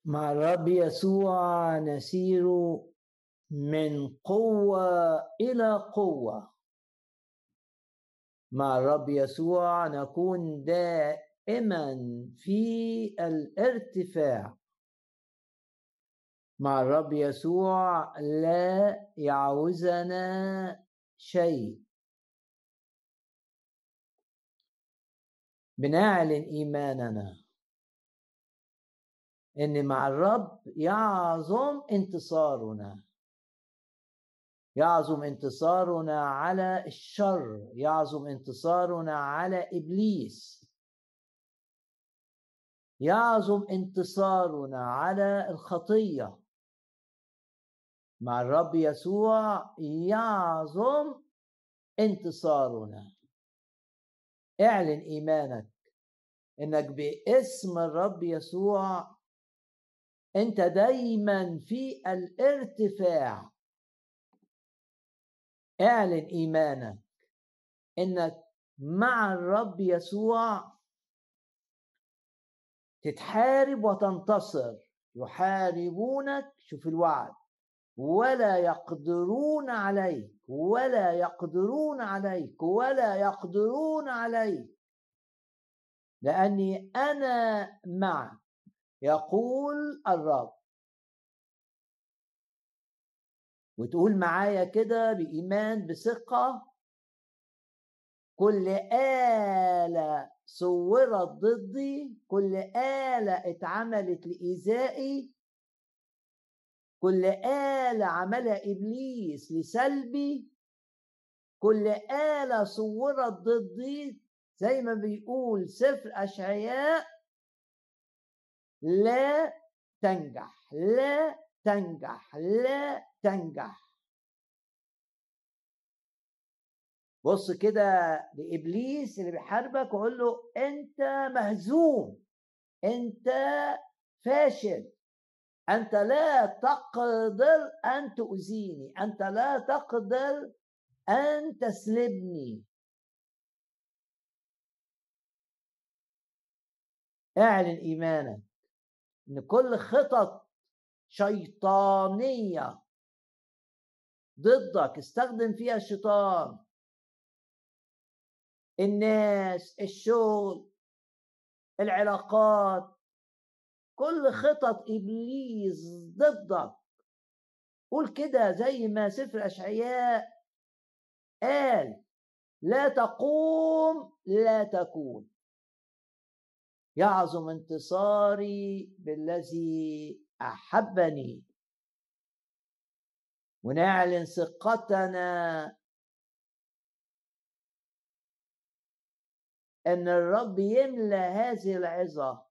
مع الرب يسوع نسير من قوة إلى قوة. مع الرب يسوع نكون دائما في الارتفاع. مع الرب يسوع لا يعوزنا شيء. بنعلن إيماننا إن مع الرب يعظم انتصارنا، يعظم انتصارنا على الشر، يعظم انتصارنا على إبليس، يعظم انتصارنا على الخطية. مع الرب يسوع يعظم انتصارنا. اعلن إيمانك إنك باسم الرب يسوع أنت دايما في الارتفاع. اعلن إيمانك إنك مع الرب يسوع تتحارب وتنتصر. يحاربونك، شوف الوعد، ولا يقدرون عليك، ولا يقدرون عليك، ولا يقدرون عليك، لأني أنا معك، يقول الرب. وتقول معايا كده بإيمان بثقة: كل آلة صورت ضدي، كل آلة اتعملت لإيذائي، كل آلة عملها إبليس لسلبي، كل آلة صورت ضدي زي ما بيقول سفر أشعياء لا تنجح، لا تنجح، لا تنجح. بص كده لإبليس اللي بيحاربك وقول له: أنت مهزوم، أنت فاشل، أنت لا تقدر أن تؤذيني، أنت لا تقدر أن تسلبني. اعلن إيمانك إن كل خطط شيطانية ضدك استخدم فيها الشيطان، الناس، الشغل، العلاقات، كل خطط إبليس ضدك، قول كده زي ما سفر أشعياء قال: لا تقوم، لا تكون. يعظم انتصاري بالذي أحبني. ونعلن ثقتنا أن الرب يملى هذه العظة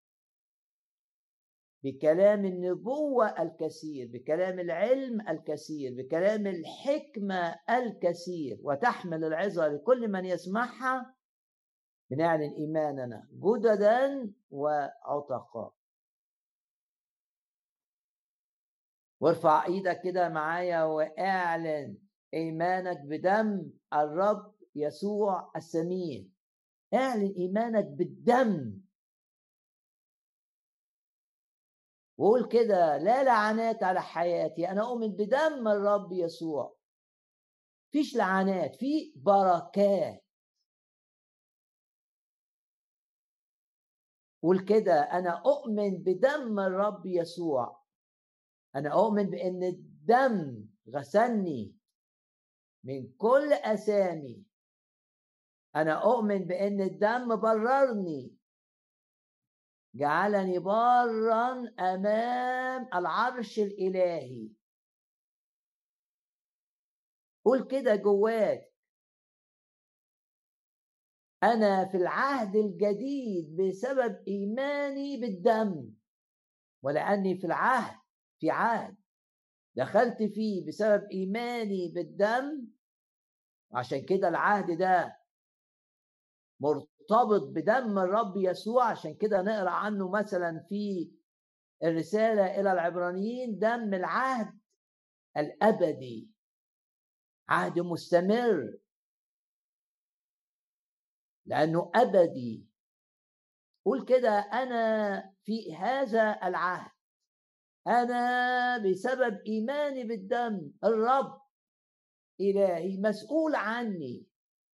بكلام النبوة الكثير، بكلام العلم الكثير، بكلام الحكمة الكثير، وتحمل العظة لكل من يسمعها. بنعلن إيماننا جددا وعتقاء. وارفع ايدك كده معايا واعلن ايمانك بدم الرب يسوع الثمين. اعلن ايمانك بالدم وقول كده: لا لعنات على حياتي، انا اؤمن بدم الرب يسوع. فيش لعنات، في بركات. قول كده: انا اؤمن بدم الرب يسوع، انا اؤمن بان الدم غسلني من كل اثامي، انا اؤمن بان الدم بررني، جعلني بارا امام العرش الالهي. قول كده جواك: انا في العهد الجديد بسبب ايماني بالدم، ولاني في عهد دخلت فيه بسبب ايماني بالدم، عشان كده العهد ده مرتبط بدم الرب يسوع. عشان كده نقرأ عنه مثلا في الرسالة إلى العبرانيين: دم العهد الأبدي، عهد مستمر لأنه أبدي. قول كده: أنا في هذا العهد أنا بسبب إيماني بالدم الرب إلهي مسؤول عني.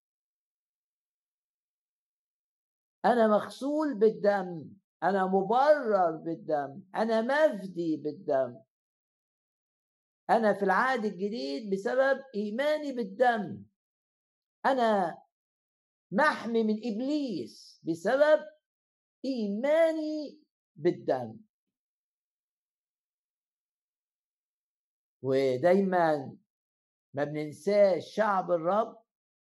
أنا مغسول بالدم، أنا مبرر بالدم، أنا مفدي بالدم. أنا في العهد الجديد بسبب إيماني بالدم. أنا محمي من إبليس بسبب إيماني بالدم. ودايما ما بننساش شعب الرب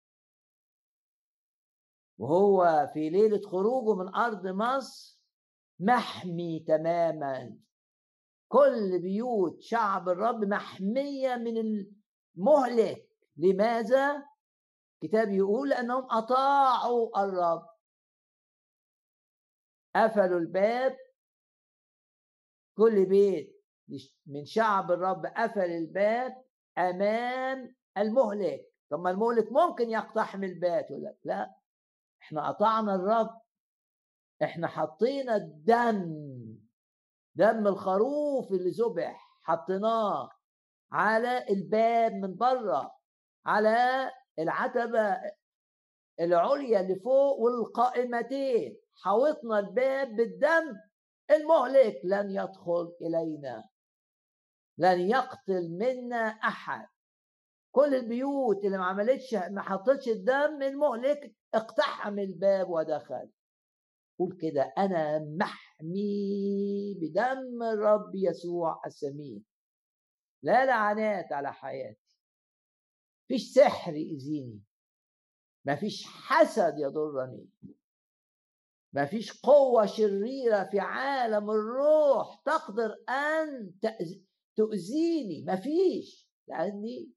وهو في ليلة خروجه من أرض مصر محمي تماما. كل بيوت شعب الرب محمية من المهلك. لماذا؟ الكتاب يقول لأنهم أطاعوا الرب، قفلوا الباب. كل بيت من شعب الرب قفل الباب أمام المهلك. طب ما المهلك ممكن يقتحم البيت، يقول لك لا، احنا أطعنا الرب، احنا حطينا دم الخروف اللي ذبح حطيناه على الباب من بره، على العتبة العليا اللي فوق والقائمتين، حوطنا الباب بالدم. المهلك لن يدخل إلينا، لن يقتل منا أحد. كل البيوت اللي ما حطتش الدم، المهلك اقتحم الباب ودخل. قول كده: أنا محمي بدم الرب يسوع الثمين، لا لعنات على حياتي، مفيش سحر يأذيني، مفيش حسد يضرني، مفيش قوة شريرة في عالم الروح تقدر أن تؤذيني، مفيش، لأني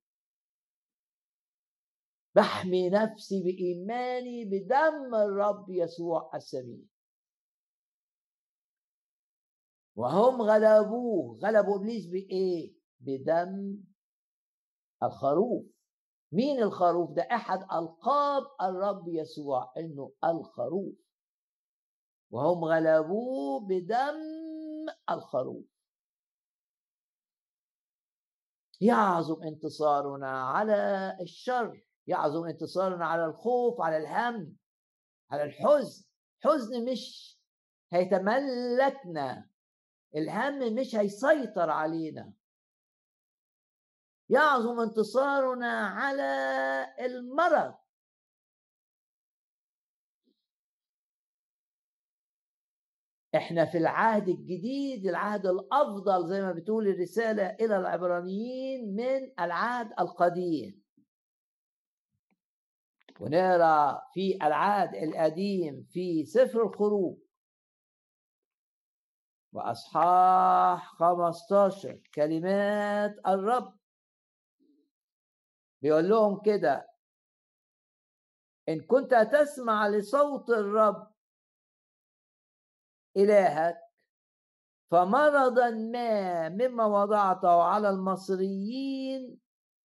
بحمي نفسي بإيماني بدم الرب يسوع الثمين. وهم غلبوا إبليس بإيه؟ بدم الخروف. مين الخروف ده؟ أحد ألقاب الرب يسوع إنه الخروف. وهم غلبوه بدم الخروف. يعظم انتصارنا على الشر، يعظم انتصارنا على الخوف، على الهم، على الحزن. حزن مش هيتملكنا، الهم مش هيسيطر علينا. يعظم انتصارنا على المرض. احنا في العهد الجديد، العهد الافضل زي ما بتقول الرسالة الى العبرانيين من العهد القديم. ونقرا في العهد القديم في سفر الخروج واصحاح 15 كلمات الرب بيقول لهم كده: ان كنت تسمع لصوت الرب إلهك فمرضا ما مما وضعته على المصريين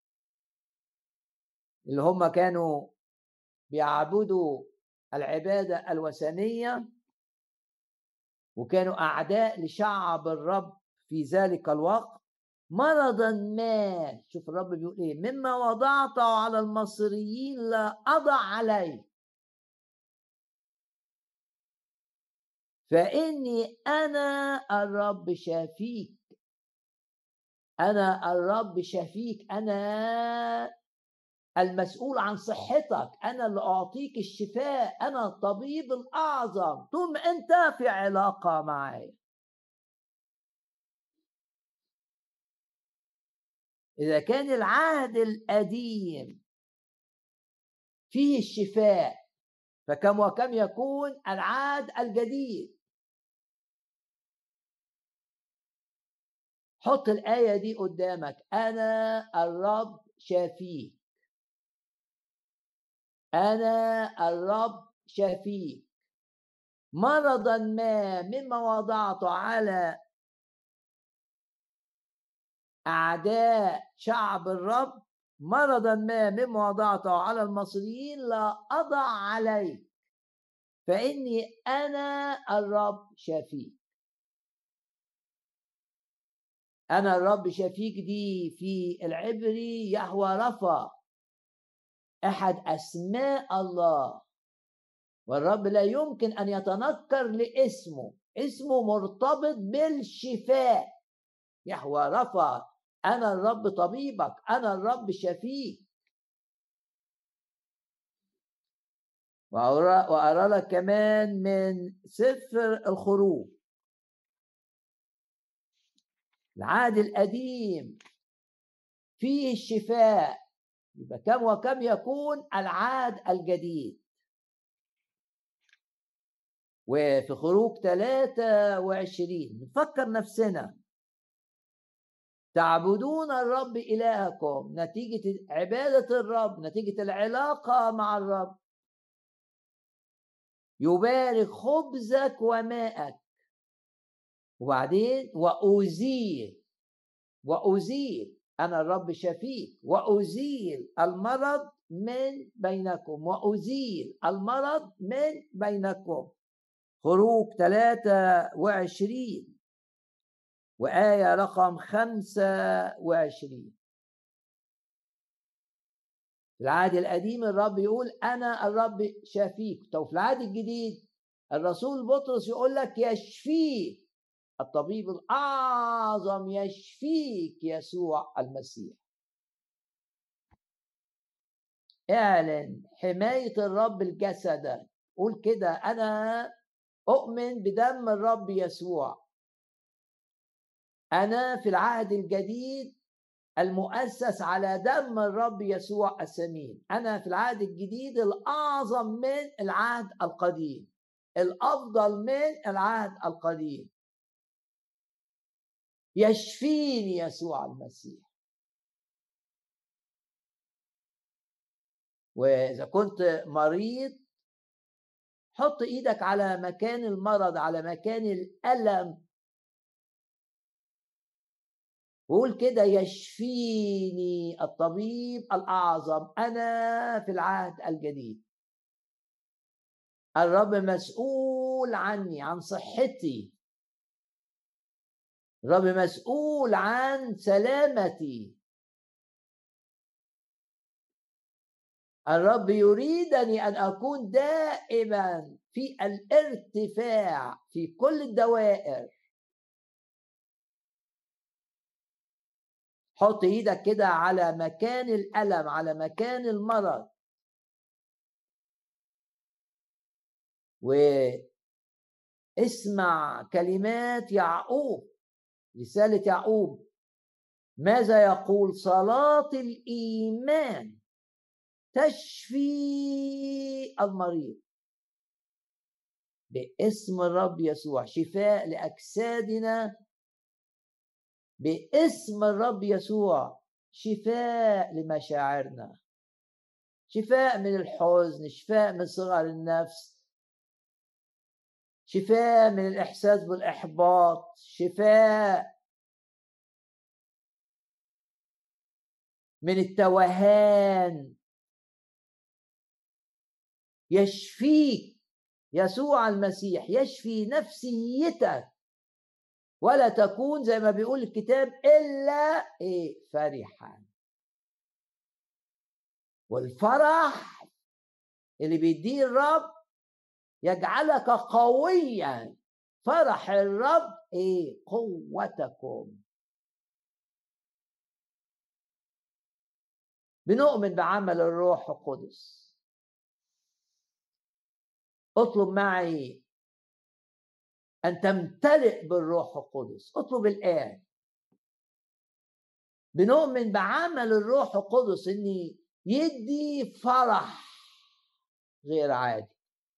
اللي هم كانوا بيعبدوا العبادة الوثنية وكانوا أعداء لشعب الرب في ذلك الوقت، مرضا ما، شوف الرب بيقول إيه: مما وضعته على المصريين لا أضع عليه، فإني أنا الرب شافيك. أنا الرب شافيك، أنا المسؤول عن صحتك، أنا اللي أعطيك الشفاء، أنا الطبيب الأعظم طول ما أنت في علاقة معي. إذا كان العهد القديم فيه الشفاء، فكم وكم يكون العهد الجديد. حط الآية دي قدامك: أنا الرب شافيك، أنا الرب شافيك. مرضا ما مما وضعته على أعداء شعب الرب، مرضا ما مما وضعته على المصريين لا أضع عليه، فإني أنا الرب شافيك. أنا الرب شفيك دي في العبري يهوى رفا، أحد أسماء الله، والرب لا يمكن أن يتنكر لاسمه، اسمه مرتبط بالشفاء. يهوى رفا، أنا الرب طبيبك، أنا الرب شفيك. وأرى لك كمان من سفر الخروج العهد القديم فيه الشفاء، يبقى كم وكم يكون العهد الجديد. وفي خروج 23 نفكر نفسنا، تعبدون الرب إلهكم، نتيجة عبادة الرب، نتيجة العلاقة مع الرب، يبارك خبزك وماءك. وبعدين وأزيل أنا الرب شفيك، وأزيل المرض من بينكم، وأزيل المرض من بينكم. خروج 23 وآية رقم 25. في العهد القديم الرب يقول أنا الرب شافيك. طب في العهد الجديد الرسول بطرس يقول لك يشفيك الطبيب الأعظم، يشفيك يسوع المسيح. اعلن حماية الرب الجسد، قول كده أنا أؤمن بدم الرب يسوع. أنا في العهد الجديد المؤسس على دم الرب يسوع الثمين. أنا في العهد الجديد الأعظم من العهد القديم، الأفضل من العهد القديم. يشفيني يسوع المسيح. وإذا كنت مريض حط إيدك على مكان المرض، على مكان الألم، وقول كده يشفيني الطبيب الأعظم. أنا في العهد الجديد الرب مسؤول عني، عن صحتي، الرب مسؤول عن سلامتي، الرب يريدني أن أكون دائما في الارتفاع في كل الدوائر. حط ايدك كده على مكان الألم، على مكان المرض، واسمع كلمات يعقوب، رسالة يعقوب. ماذا يقول؟ صلاة الإيمان تشفي المريض باسم الرب يسوع، شفاء لأجسادنا باسم الرب يسوع، شفاء لمشاعرنا، شفاء من الحزن، شفاء من صغر النفس، شفاء من الإحساس بالإحباط، شفاء من التوهان. يشفيك يسوع المسيح، يشفي نفسيتك، ولا تكون زي ما بيقول الكتاب إلا فرحا. والفرح اللي بيديه الرب يجعلك قويا. فرح الرب قوتكم. بنؤمن بعمل الروح القدس. اطلب معي أن تمتلئ بالروح القدس، اطلب الآن. بنؤمن بعمل الروح القدس إن يدي فرح غير عادي.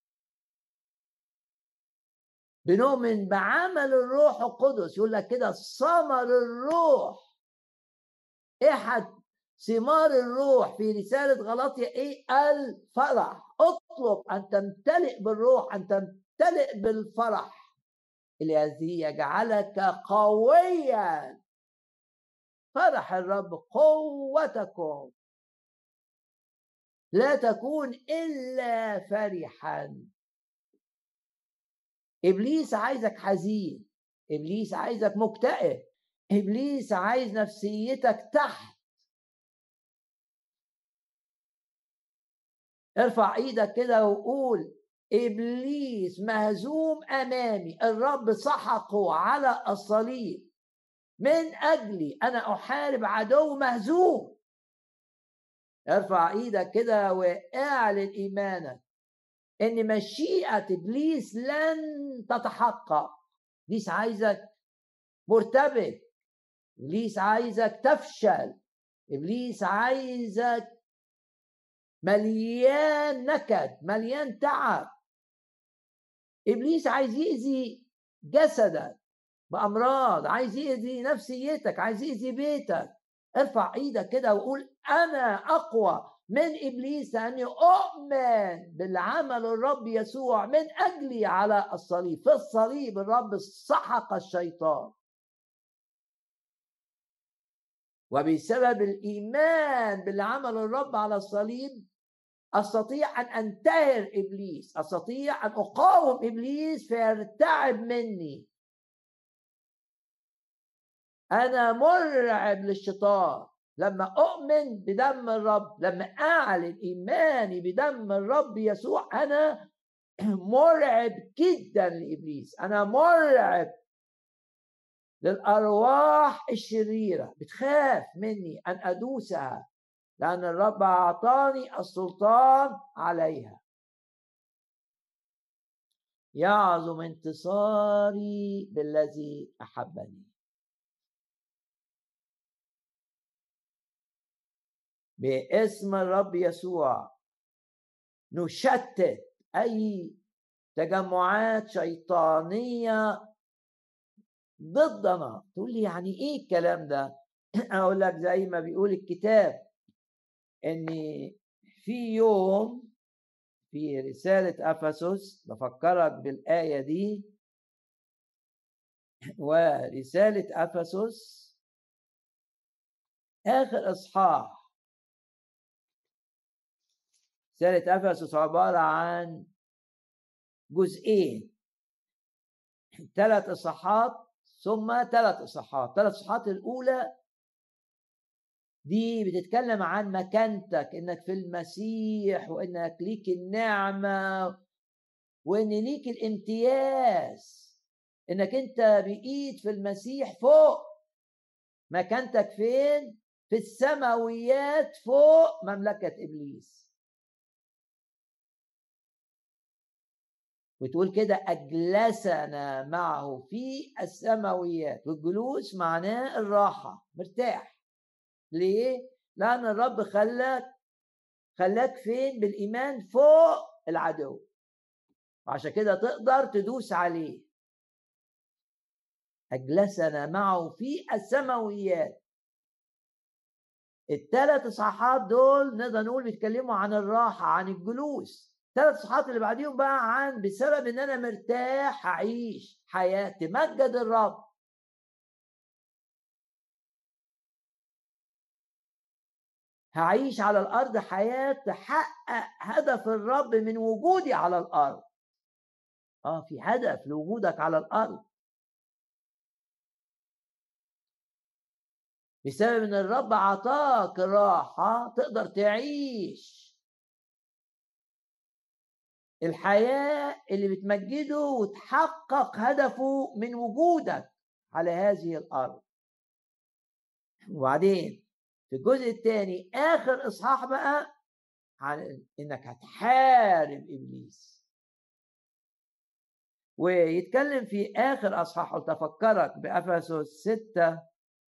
بنؤمن بعمل الروح القدس، يقول لك كده ثمر الروح، احد ثمار الروح في رسالة غلاطيا الفرح. اطلب ان تمتلئ بالروح، ان تمتلئ بالفرح الذي يجعلك قويا. فرح الرب قوتكم، لا تكون الا فرحا. ابليس عايزك حزين، ابليس عايزك مكتئب، إبليس عايز نفسيتك تحت. ارفع ايدك كده وقول: إبليس مهزوم أمامي، الرب سحقه على الصليب من أجلي، أنا أحارب عدو مهزوم. ارفع ايدك كده واعلن إيمانك إن مشيئة إبليس لن تتحقق. إبليس عايزك مرتبك، إبليس عايزك تفشل، إبليس عايزك مليان نكد، مليان تعب. إبليس عايز يأذي جسدك بأمراض، عايز يأذي نفسيتك، عايز يأذي بيتك. ارفع ايدك كده وقول: أنا أقوى من إبليس لأني أؤمن بالعمل الرب يسوع من أجلي على الصليب. في الصليب الرب سحق الشيطان، وبسبب الإيمان بالعمل الرب على الصليب أستطيع أن أنتهر إبليس، أستطيع أن أقاوم إبليس فيرتعب مني. أنا مرعب للشيطان لما أؤمن بدم الرب، لما أعلن إيماني بدم الرب يسوع. أنا مرعب جدا لإبليس، أنا مرعب للأرواح الشريرة، بتخاف مني أن أدوسها لأن الرب أعطاني السلطان عليها. يعظم انتصاري بالذي أحبني. باسم الرب يسوع نشتت أي تجمعات شيطانية ضدنا. تقول لي يعني إيه الكلام ده؟ أقول لك زي ما بيقول الكتاب إن في يوم في رسالة أفسس، بفكرك بالآية دي، ورسالة أفسس آخر إصحاح. رسالة أفسس عبارة عن جزئين، 3 إصحاحات ثم 3 إصحاحات. 3 إصحاحات الأولى دي بتتكلم عن مكانتك، إنك في المسيح، وإنك ليك النعمة، وإن ليك الامتياز، إنك أنت بقيت في المسيح فوق. مكانتك فين؟ في السماويات فوق مملكة إبليس. وتقول كده: أجلسنا معه في السماويات. والجلوس معناه الراحة، مرتاح. ليه؟ لأن الرب خلاك فين؟ بالإيمان فوق العدو، وعشان كده تقدر تدوس عليه. أجلسنا معه في السماويات. ال3 إصحاحات دول نقدر نقول بيتكلموا عن الراحة، عن الجلوس. 3 إصحاحات اللي بعديهم بقى عن بسبب إن أنا مرتاح هعيش حياة تمجد الرب. هعيش على الأرض حياة تحقق هدف الرب من وجودي على الأرض. في هدف لوجودك على الأرض، بسبب ان الرب عطاك راحة تقدر تعيش الحياة اللي بتمجده وتحقق هدفه من وجودك على هذه الأرض. وبعدين في الجزء الثاني آخر إصحاح بقى عن إنك هتحارب إبليس، ويتكلم في آخر أصحاح. قلت أفكرك بأفسس 6،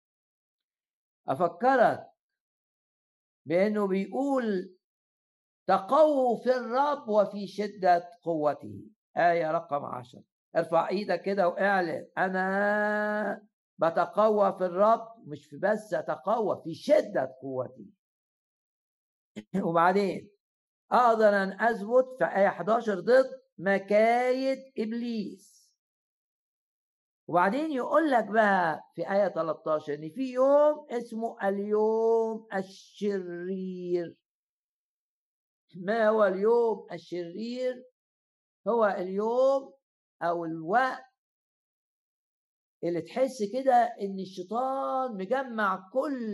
أفكرك بأنه بيقول: تقووا في الرب وفي شدة قوته. آية رقم 10. ارفع ايدك كده واعلن: أنا بتقوى في الرب، مش في بس أتقوى، في شدة قوتي. وبعدين أقدر أن أثبت في آية 11 ضد مكايد إبليس. وبعدين يقول لك بقى في آية 13 إن في يوم اسمه اليوم الشرير. ما هو اليوم الشرير؟ هو اليوم أو الوقت اللي تحس كده ان الشيطان مجمع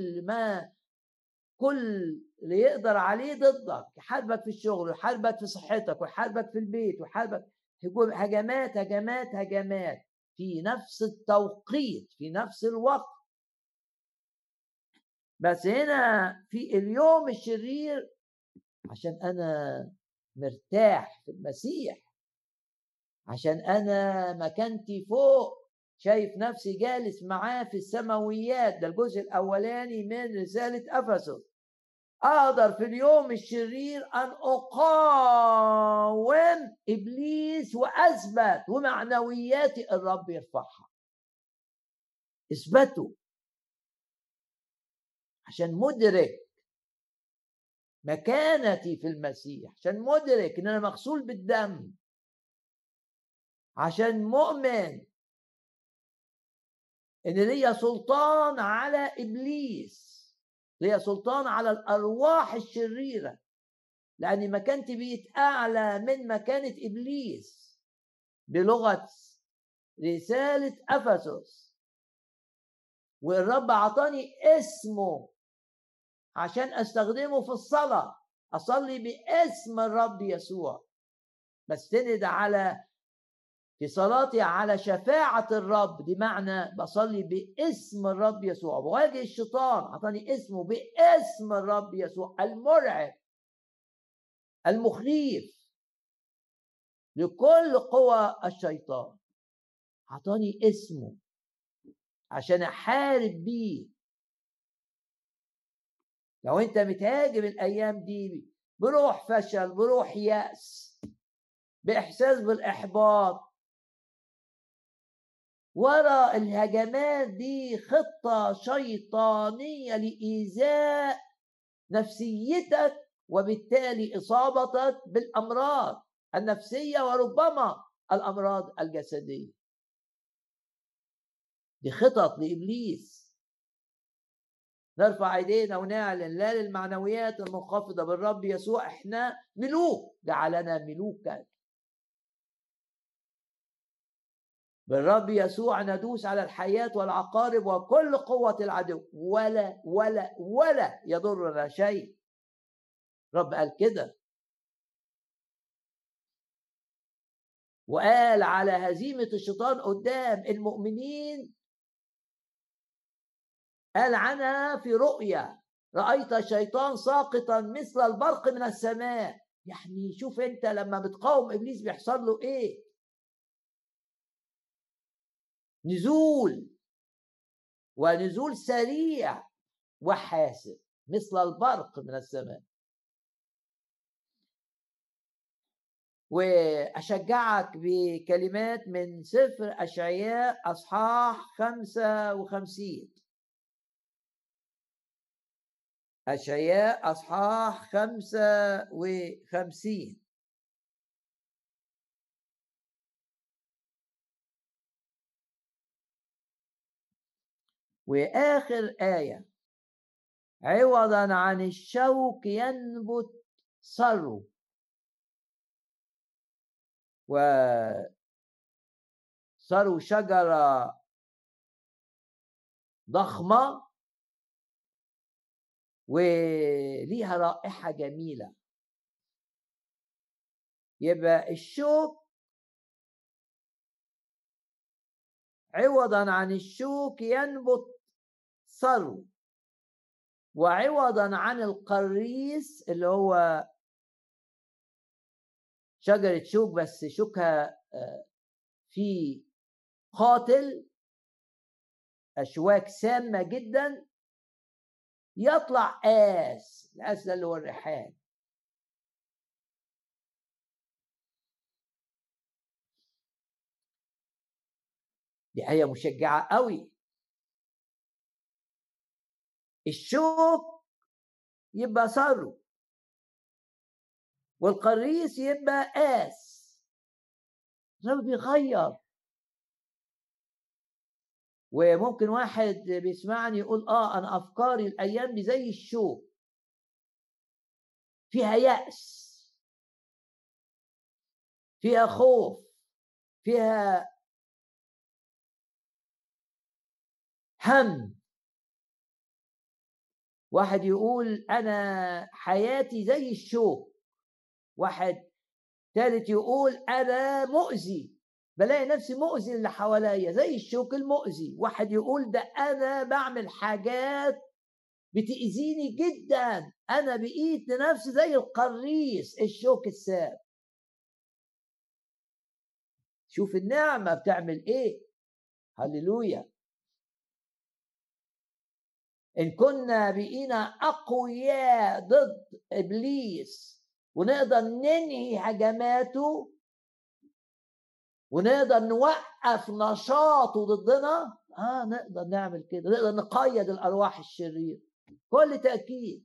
كل اللي يقدر عليه ضدك، يحاربك في الشغل ويحاربك في صحتك ويحاربك في البيت ويحاربك هجمات هجمات هجمات في نفس التوقيت في نفس الوقت. بس هنا في اليوم الشرير عشان أنا مرتاح في المسيح، عشان أنا مكانتي فوق، شايف نفسي جالس معاه في السماويات. ده الجزء الأولاني من رسالة أفسس. أقدر في اليوم الشرير أن أقاوم إبليس وأثبت، ومعنوياتي الرب يرفعها. اثبتوا، عشان مدرك مكانتي في المسيح، عشان مدرك ان انا مغسول بالدم، عشان مؤمن ان ليا سلطان على ابليس، ليا سلطان على الارواح الشريره، لان مكانتي بقت اعلى من مكانه ابليس بلغه رساله افسس. والرب اعطاني اسمه عشان استخدمه في الصلاه، اصلي باسم الرب يسوع، بستند في صلاتي على شفاعة الرب. دي معنى بصلي باسم الرب يسوع، بواجه الشيطان عطاني اسمه باسم الرب يسوع المرعب المخيف لكل قوى الشيطان. عطاني اسمه عشان احارب بيه. لو انت متهاجم الايام دي بروح فشل، بروح يأس، باحساس بالاحباط، ورا الهجمات دي خطة شيطانية لإيذاء نفسيتك، وبالتالي إصابتك بالأمراض النفسية وربما الأمراض الجسدية. دي خطط لإبليس. نرفع ايدينا ونعلن لا للمعنويات المنخفضة بالرب يسوع. احنا ملوك، جعلنا ملوكا بالرب يسوع، ندوس على الحياة والعقارب وكل قوة العدو، ولا يضرنا شيء. رب قال كده، وقال على هزيمة الشيطان قدام المؤمنين، قال عنها في رؤيا: رأيت الشيطان ساقطا مثل البرق من السماء. يعني شوف انت لما بتقاوم ابليس بيحصل له ايه؟ ونزول سريع وحاسم مثل البرق من السماء. وأشجعك بكلمات من سفر أشعياء أصحاح 55. أشعياء أصحاح 55. وآخر آية: عوضا عن الشوك ينبت ثرو، وثرو شجرة ضخمة وليها رائحة جميلة. يبقى الشوك عوضا عن الشوك ينبت ثرو، وعوضا عن القريس اللي هو شجرة شوك بس شوكها في قاتل، أشواك سامة جدا، يطلع آس. الآس ده اللي هو الريحان. دي آية مشجعة قوي. الشوك يبقى ثرو، والقريس يبقى آس. الرب بيغير. وممكن واحد بيسمعني يقول أنا أفكاري الأيام دي زي الشوك، فيها يأس، فيها خوف، فيها هم. واحد يقول أنا حياتي زي الشوك. واحد ثالث يقول أنا مؤذي، بلاقي نفسي مؤذي اللي حواليا زي الشوك المؤذي. واحد يقول ده أنا بعمل حاجات بتأذيني جدا، أنا بقيت لنفسي زي القريص الشوك السام. شوف النعمة بتعمل إيه. هللويا. إن كنا بقينا أقوياء ضد إبليس ونقدر ننهي هجماته ونقدر نوقف نشاطه ضدنا، نقدر نعمل كده، نقدر نقيد الأرواح الشريرة كل تأكيد.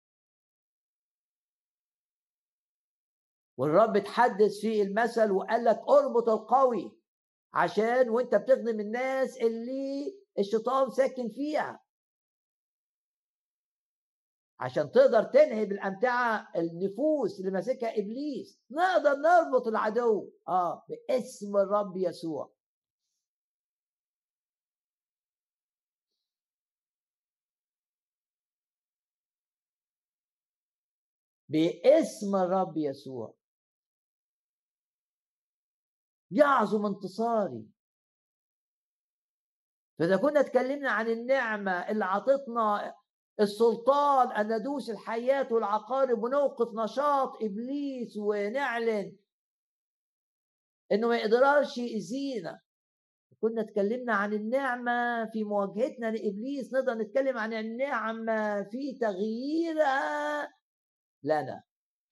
والرب تحدث في المثل وقال لك اربط القوي عشان وانت بتخدم الناس اللي الشيطان ساكن فيها، عشان تقدر تنهي بالأمتعة النفوس اللي ماسكها إبليس. نقدر نربط العدو باسم الرب يسوع. باسم الرب يسوع يعظم انتصاري. فإذا كنا اتكلمنا عن النعمة اللي عطتنا السلطان أن ندوس الحياة والعقارب ونوقف نشاط إبليس ونعلن إنه ما يقدرش يأذينا، كنا اتكلمنا عن النعمة في مواجهتنا لإبليس، نقدر نتكلم عن النعمة في تغييرها لنا.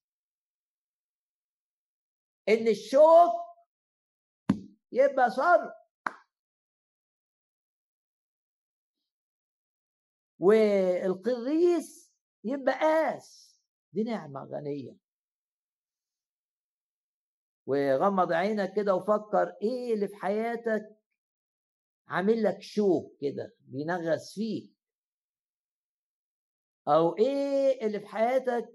إن الشوك يبقى صر، والقريص يبقى قاس. دي نعمة غنية. وغمض عينك كده وفكر ايه اللي في حياتك عامل لك شوك كده بينغص فيك، او ايه اللي في حياتك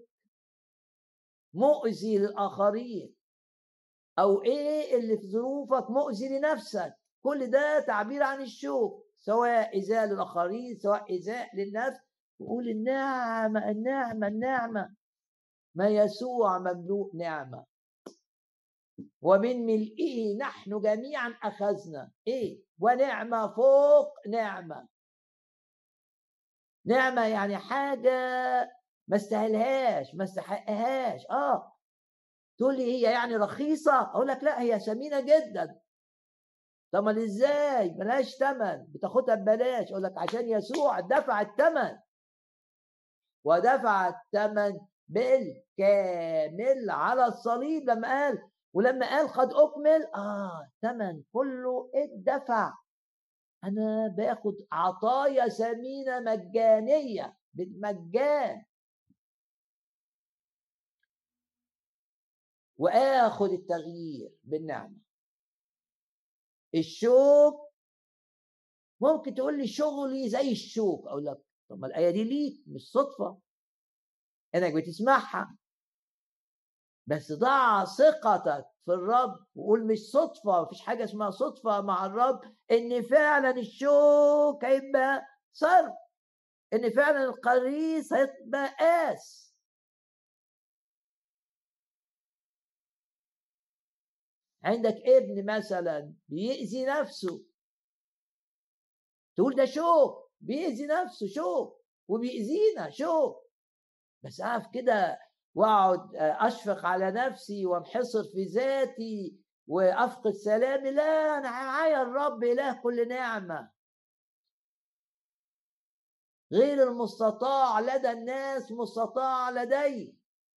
مؤذي للآخرين، او ايه اللي في ظروفك مؤذي لنفسك. كل ده تعبير عن الشوك، سواء إيذاء للآخرين سواء إيذاء للنفس. وقول النعمة النعمة النعمة، ما يسوع مملوء نعمة ومن ملئه نحن جميعا أخذنا ونعمة فوق نعمة. نعمة يعني حاجة ما استاهلهاش ما استحقهاش. تقول لي هي يعني رخيصة؟ أقول لك لا، هي ثمينة جدا. طب ازاي ملهاش ثمن بتاخدها ببلاش؟ أقول لك عشان يسوع دفع الثمن، ودفع الثمن بالكامل على الصليب. ولما قال قد أكمل، الثمن كله اتدفع. أنا باخد عطايا ثمينة مجانية بالمجان، وآخد التغيير بالنعمة. الشوك ممكن تقول لي شغلي زي الشوك، أقول لك طب ما الآية دي ليك مش صدفة إنك بتسمعها، بس ضع ثقتك في الرب وقول مش صدفة. مفيش حاجة اسمها صدفة مع الرب إن فعلا الشوك هيبقى صرف، إن فعلا القريص هيبقى قاس. عندك ابن مثلا بيأذي نفسه، تقول ده شوك، بيأذي نفسه شوك وبيأذينا شوك. بس أقف كده واقعد اشفق على نفسي وانحصر في ذاتي وافقد سلامي؟ لا، انا معايا الرب اله كل نعمه. غير المستطاع لدى الناس مستطاع لدي.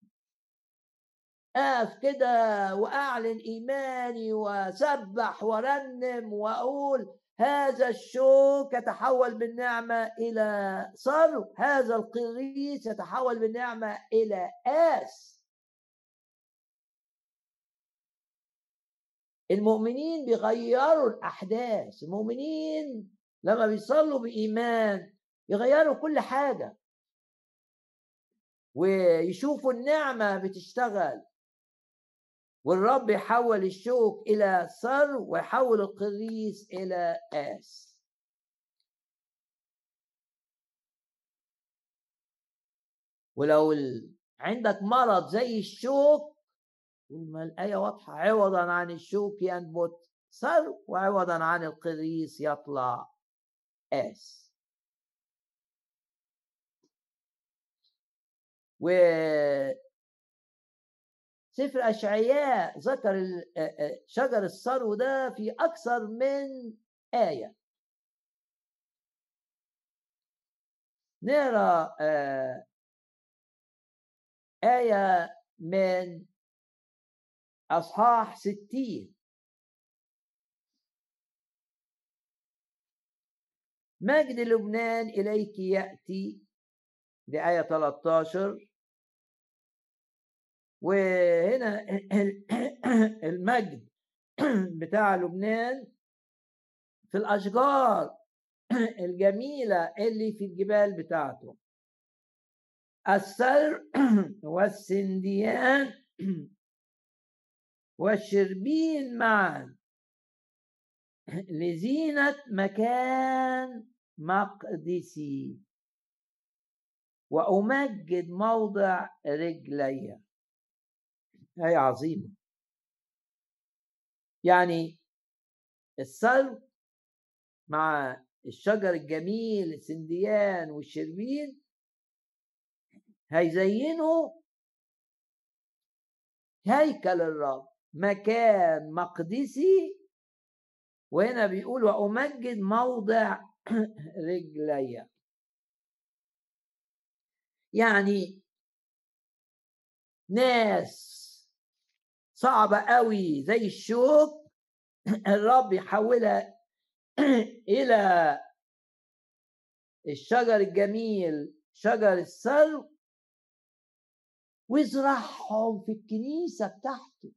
اقف كده واعلن ايماني واسبح وارنم واقول هذا الشوك يتحول بالنعمه الى صرف، هذا القريص يتحول بالنعمه الى آس. المؤمنين بيغيروا الأحداث. المؤمنين لما بيصلوا بإيمان يغيروا كل حاجة ويشوفوا النعمة بتشتغل، والرب يحول الشوك إلى ثر ويحول القريص إلى آس. ولو عندك مرض زي الشوك، ما الآية واضحة، عوضا عن الشوك ينبت ثرو وعوضا عن القريص يطلع آس. وسفر أشعياء ذكر شجر الثرو ده في أكثر من آية. نقرأ آية من أصحاح 60. مجد لبنان إليك يأتي، دي آية 13. وهنا المجد بتاع لبنان في الأشجار الجميلة اللي في الجبال بتاعته، السر والسنديان والشربين معا لزينة مكان مقدسي وأمجد موضع رجلي. آية عظيمة. يعني السر مع الشجر الجميل السنديان والشربين هيزينوا هيكل الرب، مكان مقدسي. وهنا بيقول وأمجد موضع رجلي. يعني ناس صعبة قوي زي الشوك الرب يحولها إلى الشجر الجميل شجر السرو، ويزرعهم في الكنيسة بتاعته،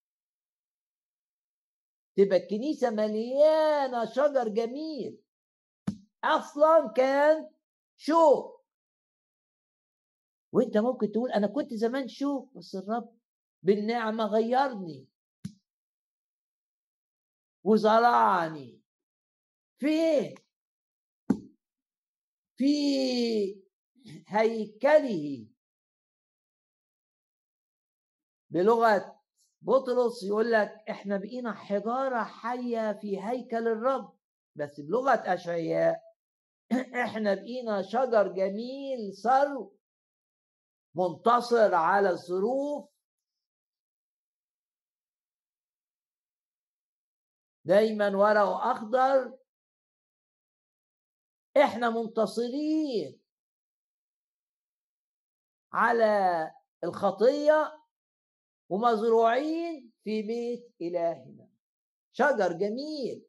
تبقى الكنيسة مليانة شجر جميل أصلا كان شوك. وانت ممكن تقول أنا كنت زمان شوك، بس الرب بالنعمة غيرني وزرعني فين؟ في هيكله. بلغة بطرس يقول لك احنا بقينا حجارة حية في هيكل الرب، بس بلغة أشعياء احنا بقينا شجر جميل ثرو منتصر على الظروف، دايما ورقه أخضر. احنا منتصرين على الخطية ومزروعين في بيت إلهنا، شجر جميل.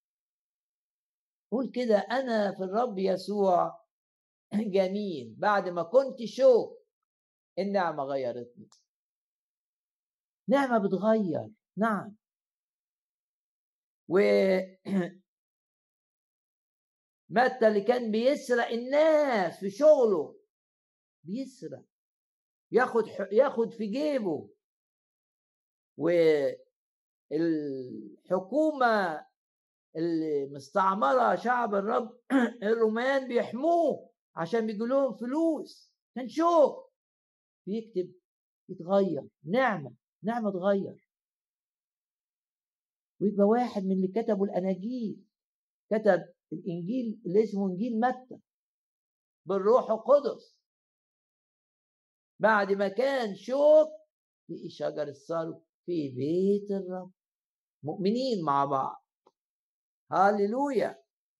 قول كده أنا في الرب يسوع جميل. بعد ما كنت شوك النعمة غيرتني. نعمة بتغير، نعم. ومتى اللي كان بيسرق الناس في شغله، بيسرق ياخد في جيبه، والحكومة اللي مستعمرة شعب الرب الرومان بيحموه عشان بيجوا لهم فلوس، كان شوك بيكتب يتغير. نعمة تغير. ويبقى واحد من اللي كتبوا الأناجيل، كتب الإنجيل اللي اسمه إنجيل متى بالروح القدس، بعد ما كان شوك في شجر الثرو في بيت الرب، مؤمنين مع بعض. هاليلويا.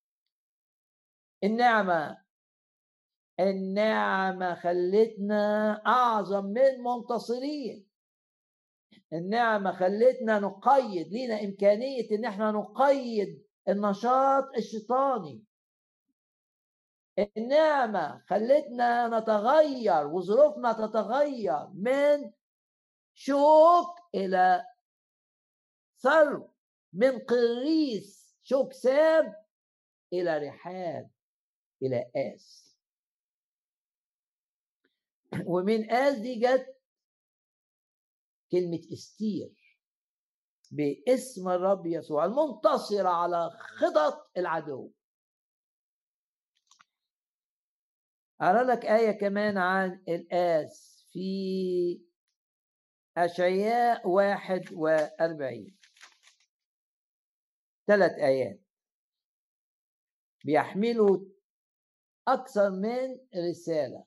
النعمة خلتنا أعظم من منتصرين. النعمة خلتنا نقيد، لينا إمكانية إن احنا نقيد النشاط الشيطاني. النعمة خلتنا نتغير وظروفنا تتغير من شوك إلى ثرو، من قريس شوك سام إلى رحاب إلى آس. ومن آس دي جت كلمة استير، باسم الرب يسوع المنتصر على خطط العدو. أقرأ لك آية كمان عن الآس في أشعياء 41. 3 آيات بيحملوا أكثر من رسالة.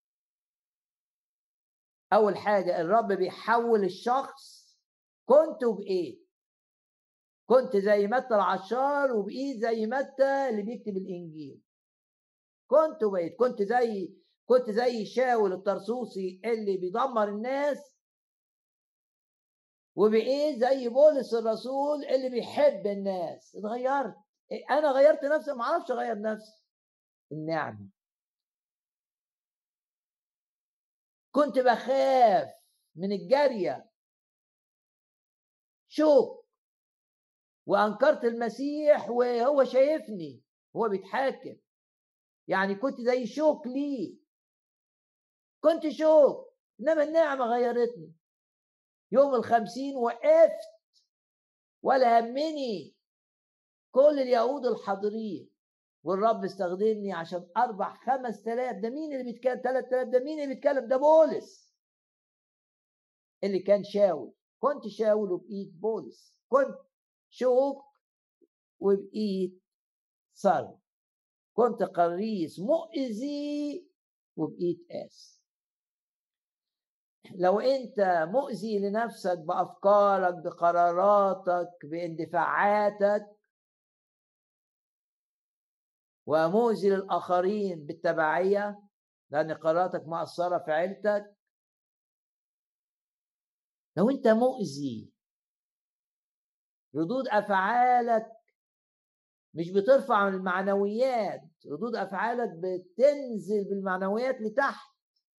أول حاجة الرب بيحول الشخص. كنت بإيه؟ كنت زي متى العشار، وبإيه زي متى اللي بيكتب الإنجيل. كنت بقيت كنت زي شاول الطرسوسي اللي بيدمر الناس، وبقيت زي بولس الرسول اللي بيحب الناس. اتغيرت. انا غيرت نفسي؟ ما اعرفش اغير نفسي. النعمه. كنت بخاف من الجاريه، شوك، وانكرت المسيح وهو شايفني، هو بيتحاكم. يعني كنت زي شوك ليه، كنت شوك. انما النعمه غيرتني. يوم 50 وقفت ولا همني كل اليهود الحاضرين، والرب استخدمني عشان اربح 5000. ده مين اللي بيتكلم؟ 3000. ده مين اللي بيتكلم؟ ده بولس اللي كان شاول. كنت شاول وبقيت بولس. كنت شوك وبقيت صلب. كنت قريس مؤذي وبقيت قاس. لو انت مؤذي لنفسك بافكارك، بقراراتك، باندفاعاتك، ومؤذي للاخرين بالتبعيه لان قراراتك مأثره في عيلتك، لو انت مؤذي ردود افعالك مش بترفع المعنويات، ردود افعالك بتنزل بالمعنويات لتحت،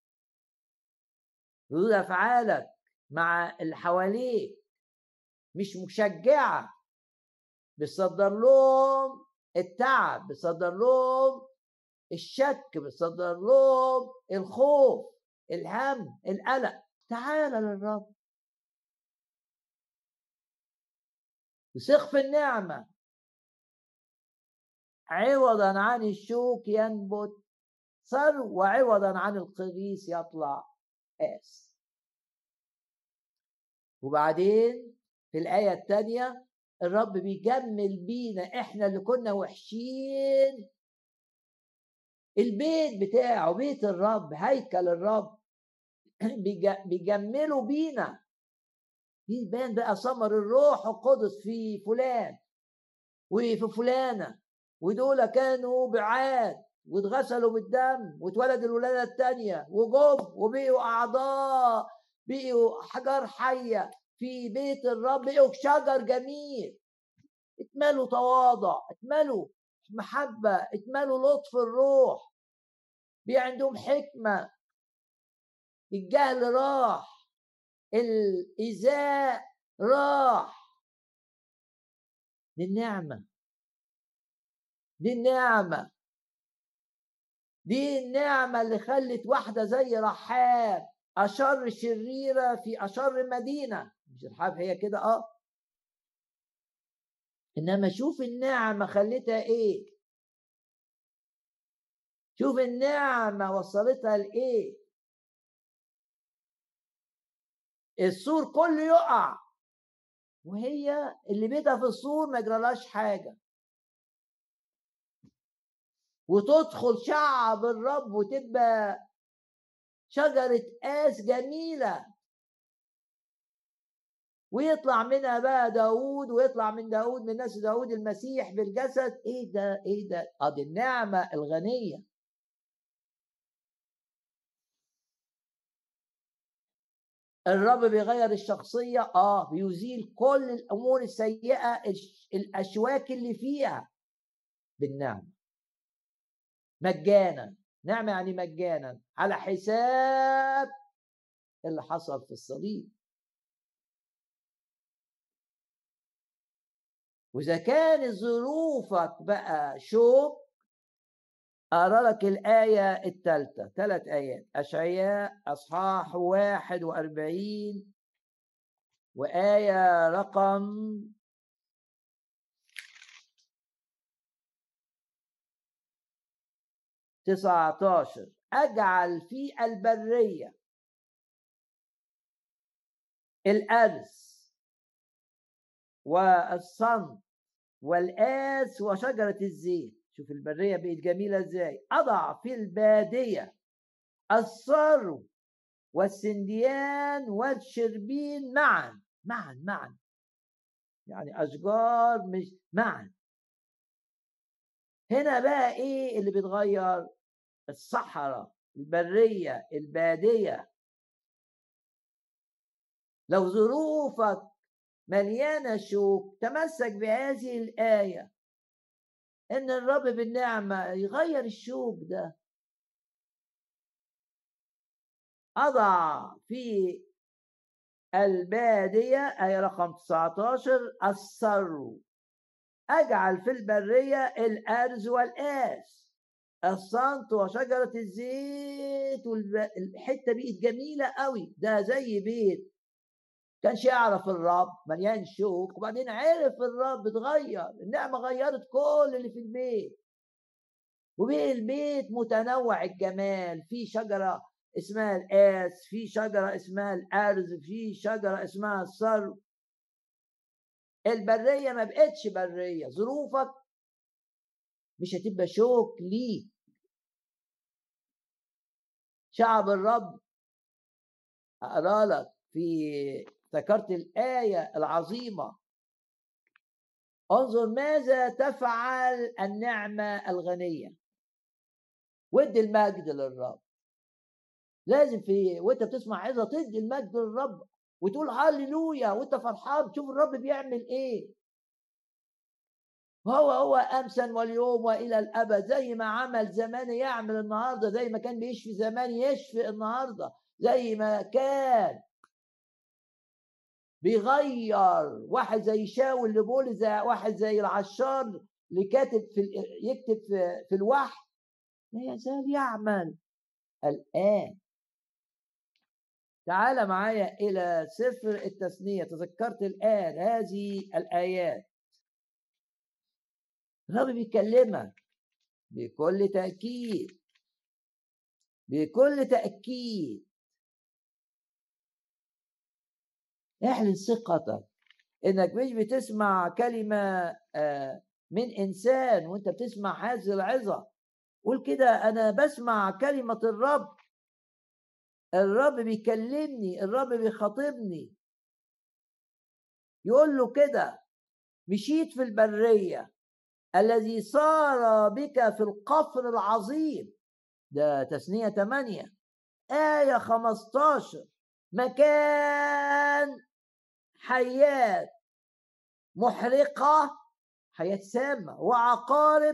ردود افعالك مع اللي حواليك مش مشجعه، بتصدر لهم التعب، بتصدر لهم الشك، بتصدر لهم الخوف، الهم، القلق. تعال للرب، وثق في النعمه. عوضا عن الشوك ينبت ثرو، وعوضا عن القريس يطلع قاس. وبعدين في الآية الثانية الرب بيجمل بينا احنا اللي كنا وحشين. البيت بتاعه، بيت الرب، هيكل الرب، بيجمله بينا. يبان بقى ثمر الروح القدس في فلان وفي فلانة، ودول كانوا بعاد واتغسلوا بالدم واتولد الولادة التانية وجم وبقوا أعضاء، بقوا حجر حية في بيت الرب، بقوا شجر جميل. اتملوا تواضع، اتملوا محبة، اتملوا لطف الروح، بقى عندهم حكمة. الجهل راح، الإيذاء راح. دي النعمة، دي النعمة، دي النعمة اللي خلت واحدة زي رحاب، أشر شريرة في أشر مدينة. مش رحاب هي كده؟ إنما شوف النعمة خلتها إيه، شوف النعمة وصلتها لإيه. السور كله يقع وهي اللي بيتها في السور ما يجرالهاش حاجة، وتدخل شعب الرب وتبقى شجرة قاس جميلة، ويطلع منها بقى داود، ويطلع من داود، من ناس داود المسيح بالجسد. ايه ده، ايه ده؟ دي النعمة الغنية. الرب بيغير الشخصية، بيزيل كل الامور السيئة، الاشواك اللي فيها بالنعمة مجانا. نعمة يعني مجانا على حساب اللي حصل في الصليب. وإذا كان ظروفك بقى شوك، أقرأ لك الآية الثالثة. 3 آيات، أشعياء أصحاح 41 وآية رقم 19. أجعل في البرية الأرز والصمت والآس وشجرة الزيت. شوف البرية بقت جميلة ازاي. أضع في البادية الصرو والسنديان والشربين معا معا معا، يعني أشجار مش معا. هنا بقى إيه اللي بيتغير؟ الصحراء، البرية، البادية. لو ظروفك مليانة شوك تمسك بهذه الآية، إن الرب بالنعمة يغير الشوك ده. أضع في البادية آية رقم 19 السرو، أجعل في البرية الأرز والآس، الصنت وشجرة الزيت. والحتة بقت جميلة قوي. ده زي بيت كانش يعرف الرب، مليان شوك، وبعدين عرف الرب، اتغير. النعمة غيرت كل اللي في البيت، وبقى البيت متنوع الجمال. في شجرة اسمها الآس، في شجرة اسمها الأرز، في شجرة اسمها السرو. البرية ما بقتش برية. ظروفك مش هتبقى شوك ليك. شعب الرب أقرأ لك ذكرت الآية العظيمة: انظر ماذا تفعل النعمة الغنية. ودي المجد للرب. لازم وانت بتسمع عظة تدي المجد للرب وتقول هللويا وانت فرحان. تشوف الرب بيعمل ايه. هو امسا واليوم والى الابد. زي ما عمل زمان يعمل النهارده، زي ما كان بيشفي زمان يشفي النهارده، زي ما كان بيغير واحد زي شاول لبولس، زي واحد زي العشار اللي كاتب يكتب في الوحي، لا يزال يعمل الآن. تعال معايا إلى سفر التثنية. تذكرت الآن هذه الآيات. الرب بيكلمك بكل تأكيد، بكل تأكيد. اعلن ثقتك انك مش بتسمع كلمة من انسان. وانت بتسمع هذه العظة قول كده: انا بسمع كلمة الرب. الرب بيكلمني، الرب بيخاطبني. يقول له كده: مشيت في البرية الذي صار بك في القفر العظيم. ده تثنية 8 آية 15. مكان حياة محرقة، حياة سامة، وعقارب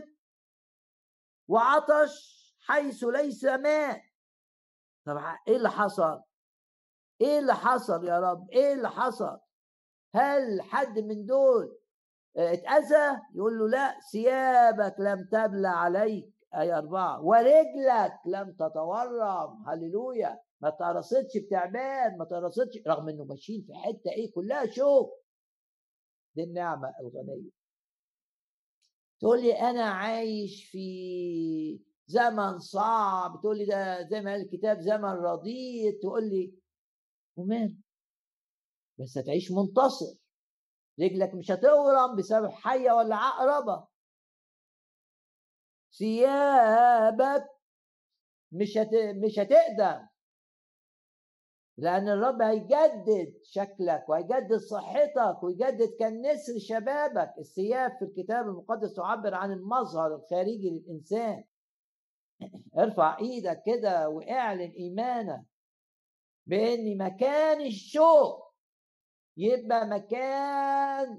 وعطش حيث ليس ماء. طبعا ايه اللي حصل؟ ايه اللي حصل يا رب؟ ايه اللي حصل؟ هل حد من دول اتأذى؟ يقول له لا. ثيابك لم تبلى عليك آية 4، ورجلك لم تتورم. هللويا. ما ترصدش بتعبان، ما ترصدش، رغم انه ماشيين في حته ايه كلها شوك. دي النعمه الغنيه. تقول لي انا عايش في زمن صعب، تقول لي ده زي ما قال الكتاب زمن رديء، تقول لي ومال، بس هتعيش منتصر. رجلك مش هتورم بسبب حيه ولا عقربه. ثيابك مش هتقدم، لأن الرب هيجدد شكلك وهيجدد صحتك ويجدد كالنسر شبابك. الثياب في الكتاب المقدس تعبر عن المظهر الخارجي للإنسان. ارفع ايدك كده واعلن إيمانك بأن مكان الشوق يبقى مكان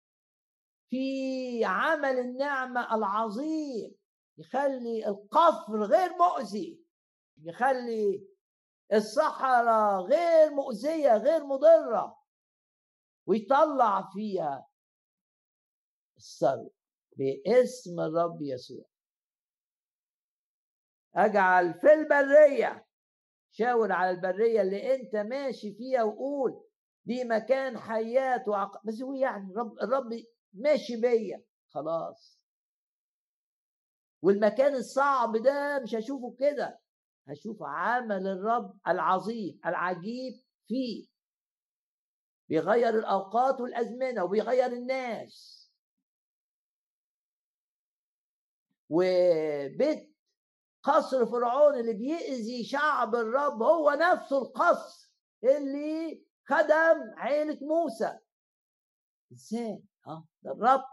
في عمل النعمة العظيم، يخلي القفر غير مؤذي، يخلي الصحراء غير مؤذية غير مضرة، ويطلع فيها الثروة باسم الرب يسوع. اجعل في البرية، شاور على البرية اللي انت ماشي فيها وقول دي مكان حياة بس هو يعني الرب ماشي بيا خلاص. والمكان الصعب ده مش هشوفه كده، هشوف عمل الرب العظيم العجيب فيه. بيغير الأوقات والأزمنة وبيغير الناس. وبيت قصر فرعون اللي بيأذي شعب الرب هو نفسه القصر اللي خدم عيلة موسى. ازاي؟ ده الرب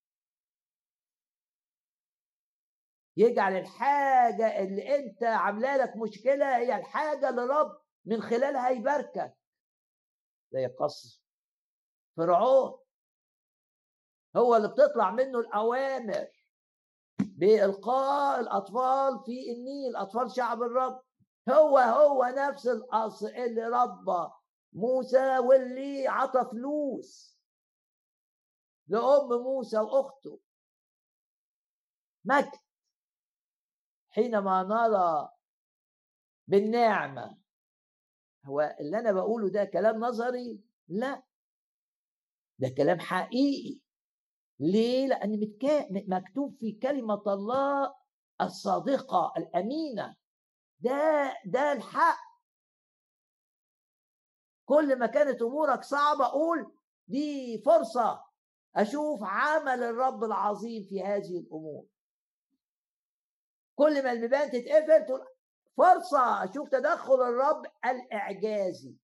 يجعل الحاجة اللي انت عامله لك مشكلة هي الحاجة اللي رب من خلالها يباركك. زي قصر فرعون هو اللي بتطلع منه الأوامر بإلقاء الأطفال في النيل، أطفال شعب الرب. هو نفس القصر اللي ربى موسى واللي عطى فلوس لأم موسى وأخته. مجد حينما نرى بالنعمة. هو اللي أنا بقوله ده كلام نظري؟ لا، ده كلام حقيقي. ليه؟ لأن مكتوب في كلمة الله الصادقة الأمينة. ده الحق. كل ما كانت أمورك صعبة قول دي فرصة أشوف عمل الرب العظيم في هذه الأمور. كل ما البيبان تتقفل تقول فرصة أشوف تدخل الرب الإعجازي.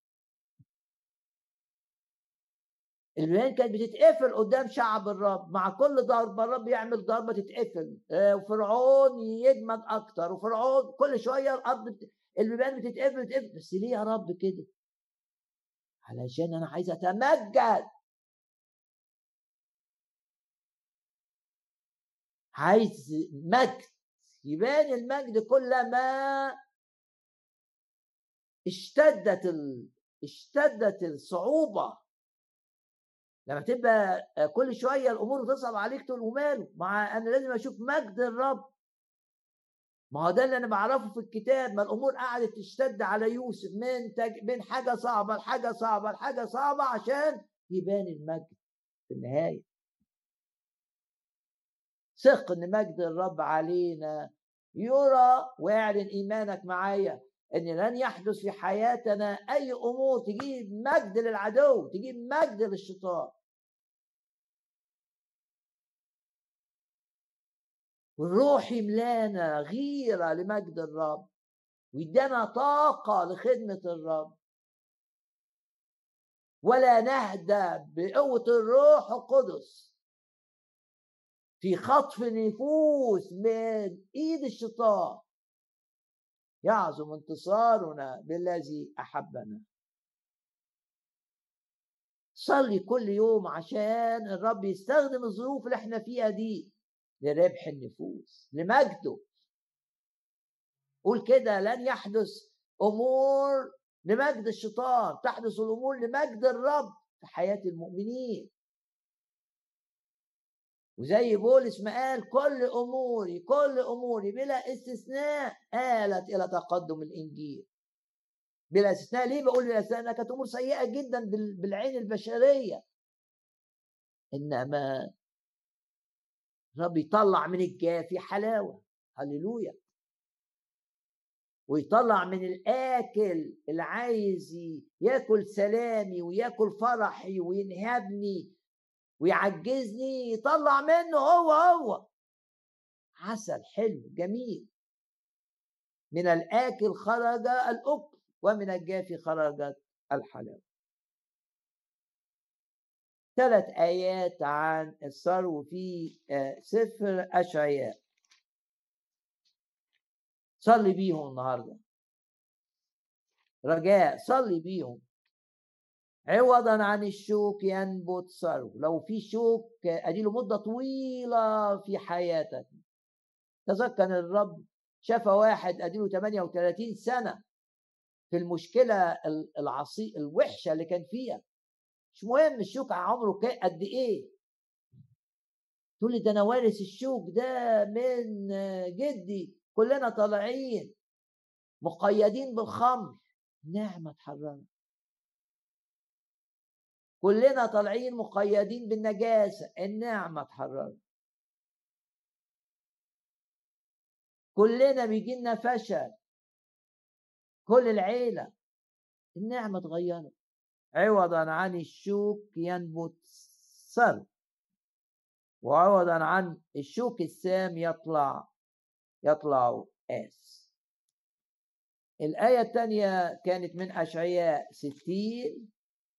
البيبان كانت بتتقفل قدام شعب الرب، مع كل ضربة الرب يعمل ضربة تتقفل، وفرعون يجمد أكتر، وفرعون كل شوية البيبان بتتقفل. بس ليه يا رب كده؟ علشان أنا عايز أتمجد، عايز مجد. يبان المجد كلما اشتدت الصعوبة. لما تبقى كل شوية الأمور تصعب عليك تقول وماله، مع أنا لازم أشوف مجد الرب. ما هو ده اللي أنا بعرفه في الكتاب. ما الأمور قعدت تشتد على يوسف من حاجة صعبة لحاجة صعبة لحاجة صعبة عشان يبان المجد في النهاية. ثق إن مجد الرب علينا يرى، واعلن إيمانك معايا ان لن يحدث في حياتنا اي امور تجيب مجد للعدو، تجيب مجد للشيطان. والروح يملانا غيرة لمجد الرب ويدانا طاقة لخدمة الرب، ولا نهدى بقوة الروح القدس في خطف نفوس من ايد الشيطان. يعظم انتصارنا بالذي احبنا. صلي كل يوم عشان الرب يستخدم الظروف اللي احنا فيها دي لربح النفوس لمجده. قول كده لن يحدث امور لمجد الشيطان، تحدث الامور لمجد الرب في حياة المؤمنين. وزي بولس ما قال كل اموري بلا استثناء آلت الى تقدم الانجيل. بلا استثناء. ليه بقول بلا استثناء؟ كانت امور سيئة جدا بالعين البشرية، انما الرب يطلع من الجافي حلاوة. هللويا. ويطلع من الآكل اللي عايز ياكل سلامي وياكل فرحي وينهبني ويعجزني، يطلع منه هو عسل حلو جميل. من الآكل خرج الأكل ومن الجافي خرجت الحلاوة. 3 آيات عن الثرو في سفر أشعياء. صلي بيهم النهارده، رجاء صلي بيهم. عوضا عن الشوك ينبت ثرو. لو في شوك اديله مده طويله في حياتك. تذكر ان الرب شاف واحد اديله 38 سنه في المشكله الوحشه اللي كان فيها. مش مهم الشوك عمره قد ايه. تقول لي ده انا وارث الشوك ده من جدي. كلنا طالعين مقيدين بالخمر، نعمه اتحرمت. كلنا طالعين مقيدين بالنجاسة، النعمة اتحررت. كلنا بيجي لنا فشل، كل العيلة. النعمة اتغيرت، عوضا عن الشوك ينبت سر، وعوضا عن الشوك السام يطلع آس. الآية الثانية كانت من أشعياء 60.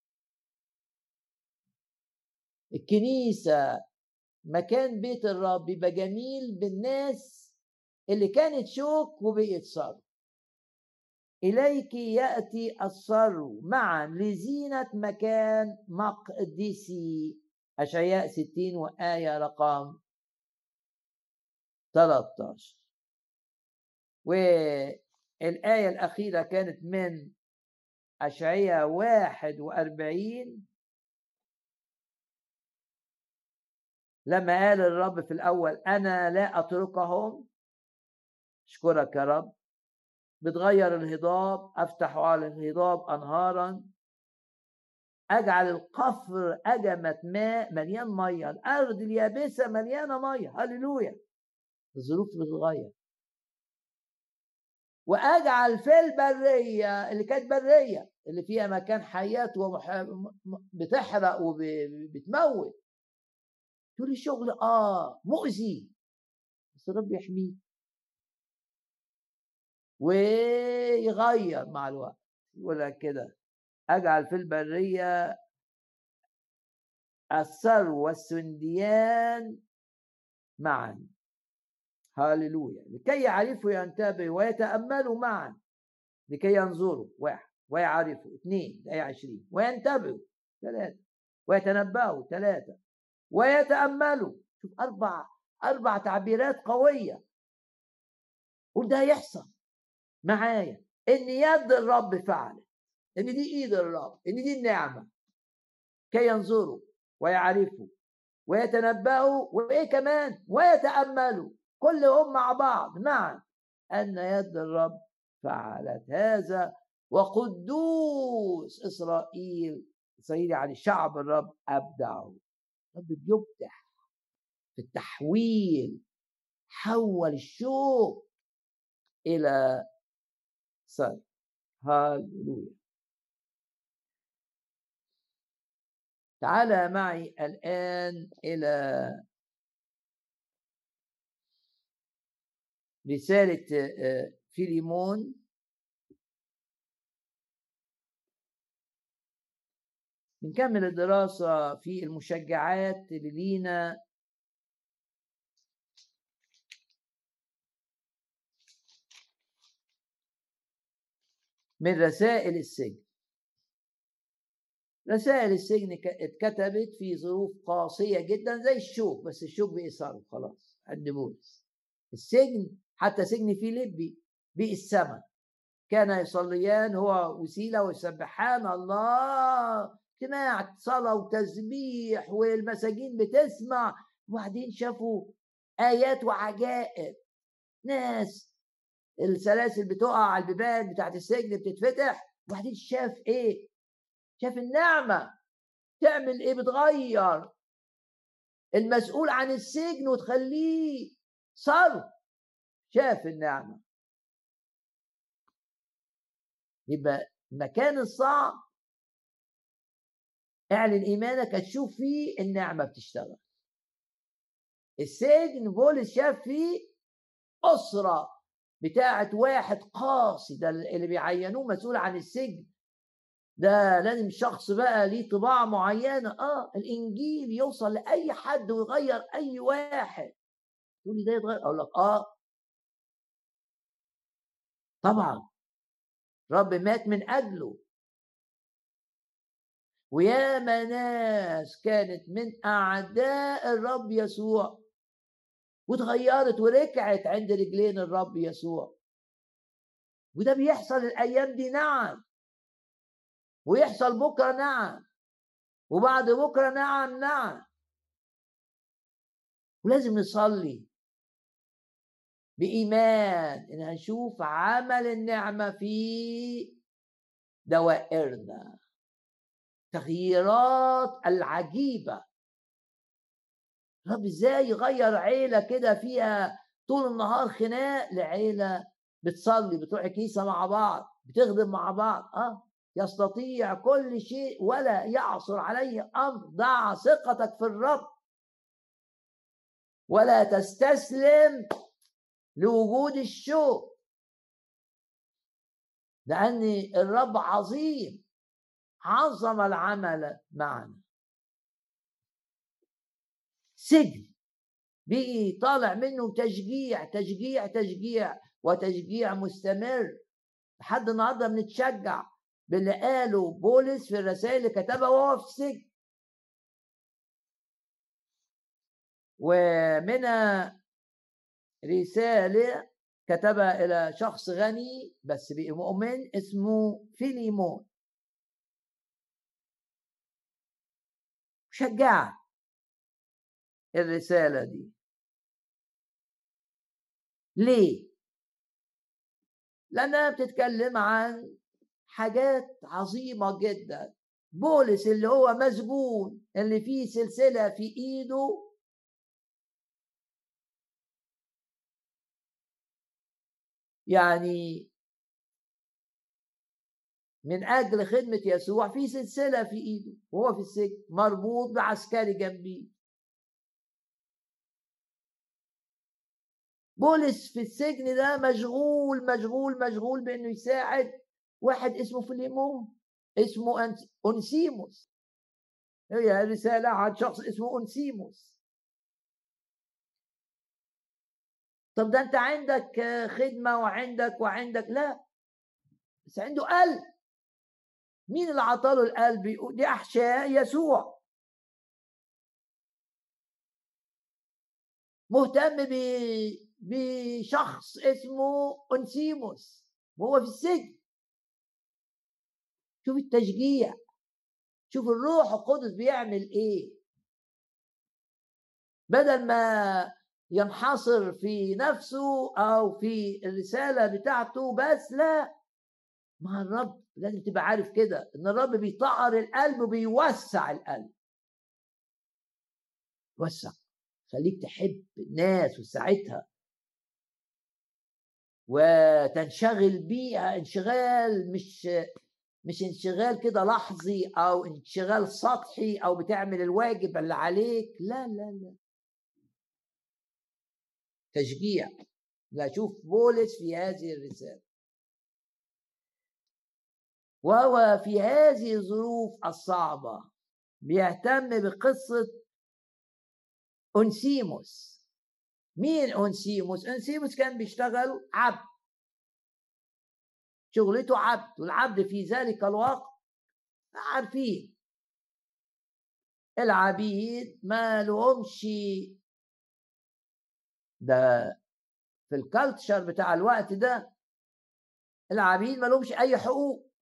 الكنيسة مكان بيت الرب يبقى جميل بالناس اللي كانت شوك وبقت سر. إليك يأتي السر معا لزينة مكان مقدسي. أشعياء 60 وآية رقم 13. والآية الأخيرة كانت من أشعياء 41 لما قال الرب في الأول أنا لا أتركهم. أشكرك يا رب، بتغير الهضاب، أفتح على الهضاب أنهارا، أجعل القفر أجمة ماء مليان مية، الأرض اليابسة مليانة مية. هللويا. الظروف بتتغير. وأجعل في البرية اللي كانت برية اللي فيها مكان حياة بتحرق وبتموت، تقول الشغل مؤذي، بس الرب يحميه ويغير مع الوقت. يقول لك كده أجعل في البرية الثرو والسنديان معا. هاليلويا. لكي يعرفوا ينتبهوا ويتأملوا معا، لكي ينظروا 1 ويعرفوا 2 الآية 20 وينتبهوا 3 ويتنبهوا 3 ويتأملوا. شوف أربع تعبيرات قوية. قول ده هيحصل معايا، إن يد الرب فعلت، إن دي إيد الرب، إن دي النعمة. كي ينظروا ويعرفوا ويتنبهوا وإيه كمان ويتأملوا، كلهم مع بعض معا، أن يد الرب فعلت هذا وقدوس إسرائيل يعني شعب الرب أبدعوا. الرب بيبدع في التحويل، حول الشوك إلى سر. هاللويا. تعال معي الآن إلى رسالة فيليمون. نكمل الدراسة في المشجعات اللي لينا من رسائل السجن. رسائل السجن اتكتبت في ظروف قاسية جدا زي الشوك، بس الشوك بإصرار خلاص عند بولس. السجن حتى سجن فيليبي بالسماء كان يصليان هو وسيلة ويسبحان الله، اجتماع صلاة وتسبيح والمساجين بتسمع. وبعدين شافوا آيات وعجائب، ناس السلاسل بتقع على البيبان بتاعت السجن بتتفتح. وبعدين شاف ايه؟ شاف النعمة تعمل ايه؟ بتغير المسؤول عن السجن وتخليه صرف. شاف النعمة. يبقى المكان الصعب اعلن ايمانك هتشوف فيه النعمة بتشتغل. السجن بولس شاف فيه أسرة بتاعت واحد قاسي، ده اللي بيعينوه مسؤول عن السجن، ده لازم شخص بقى ليه طباع معينة. الإنجيل يوصل لأي حد ويغير أي واحد. تقول لي ده يتغير؟ أقول لك طبعا رب مات من أجله. وياما ناس كانت من أعداء الرب يسوع وتغيرت وركعت عند رجلين الرب يسوع. وده بيحصل الأيام دي، نعم، ويحصل بكرة، نعم، وبعد بكرة، نعم. ولازم نصلي بإيمان إن هنشوف عمل النعمة في دوائرنا، تغييرات العجيبة. رب ازاي يغير عيلة كده فيها طول النهار خناق لعيلة بتصلي بتروح الكنيسة مع بعض بتخدم مع بعض. يستطيع كل شيء ولا يعثر عليه أمر. ضع ثقتك في الرب ولا تستسلم لوجود الشوك، لأن الرب عظيم، عظم العمل معنا. سجن بقي طالع منه تشجيع تشجيع تشجيع وتشجيع مستمر لحد النهارده. بنتشجع باللي قاله بولس في الرسائل اللي كتبها وهو في السجن. ومنها رسالة كتبها إلى شخص غني بس بقي مؤمن اسمه فيليمون. شجع الرسالة دي. ليه؟ لأنها بتتكلم عن حاجات عظيمة جدا. بولس اللي هو مسجون، اللي فيه سلسلة في إيده، يعني من أجل خدمة يسوع، في سلسلة في إيده وهو في السجن مربوط بعسكري جنبيه. بولس في السجن ده مشغول مشغول مشغول بأنه يساعد واحد اسمه فيليمون، اسمه أنسيموس. هي رسالة عن شخص اسمه أنسيموس. طب ده أنت عندك خدمة وعندك لا، بس عنده قلب. مين اللي عطاله القلب؟ دي أحشاء يسوع. مهتم بشخص اسمه أنسيموس وهو في السجن. شوف التشجيع، شوف الروح القدس بيعمل ايه. بدل ما ينحصر في نفسه او في الرسالة بتاعته بس، لا، مع الرب لازم تبقى عارف كده ان الرب بيطهر القلب وبيوسع القلب. وسع، خليك تحب الناس وساعتها وتنشغل بيها انشغال مش انشغال كده لحظي او انشغال سطحي او بتعمل الواجب اللي عليك. لا لا لا، تشجيع. لا، شوف بولس في هذه الرسالة وهو في هذه الظروف الصعبة بيهتم بقصة أنسيموس. مين أنسيموس؟ أنسيموس كان بيشتغل عبد، شغلته عبد، والعبد في ذلك الوقت عارفين العبيد ما لهمش، ده في الكالتشر بتاع الوقت ده العبيد ما لهمش اي حقوق.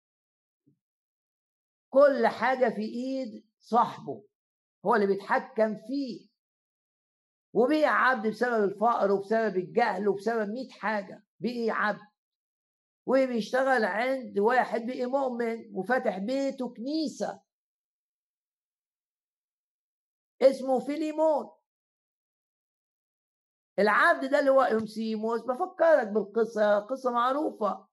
كل حاجة في ايد صاحبه، هو اللي بيتحكم فيه. وبقي عبد بسبب الفقر وبسبب الجهل وبسبب 100 حاجة. بقي عبد وبيشتغل عند واحد بقي مؤمن وفتح بيته كنيسة اسمه فيليمون. العبد ده اللي هو أنسيموس، بفكرك بالقصة، قصة معروفة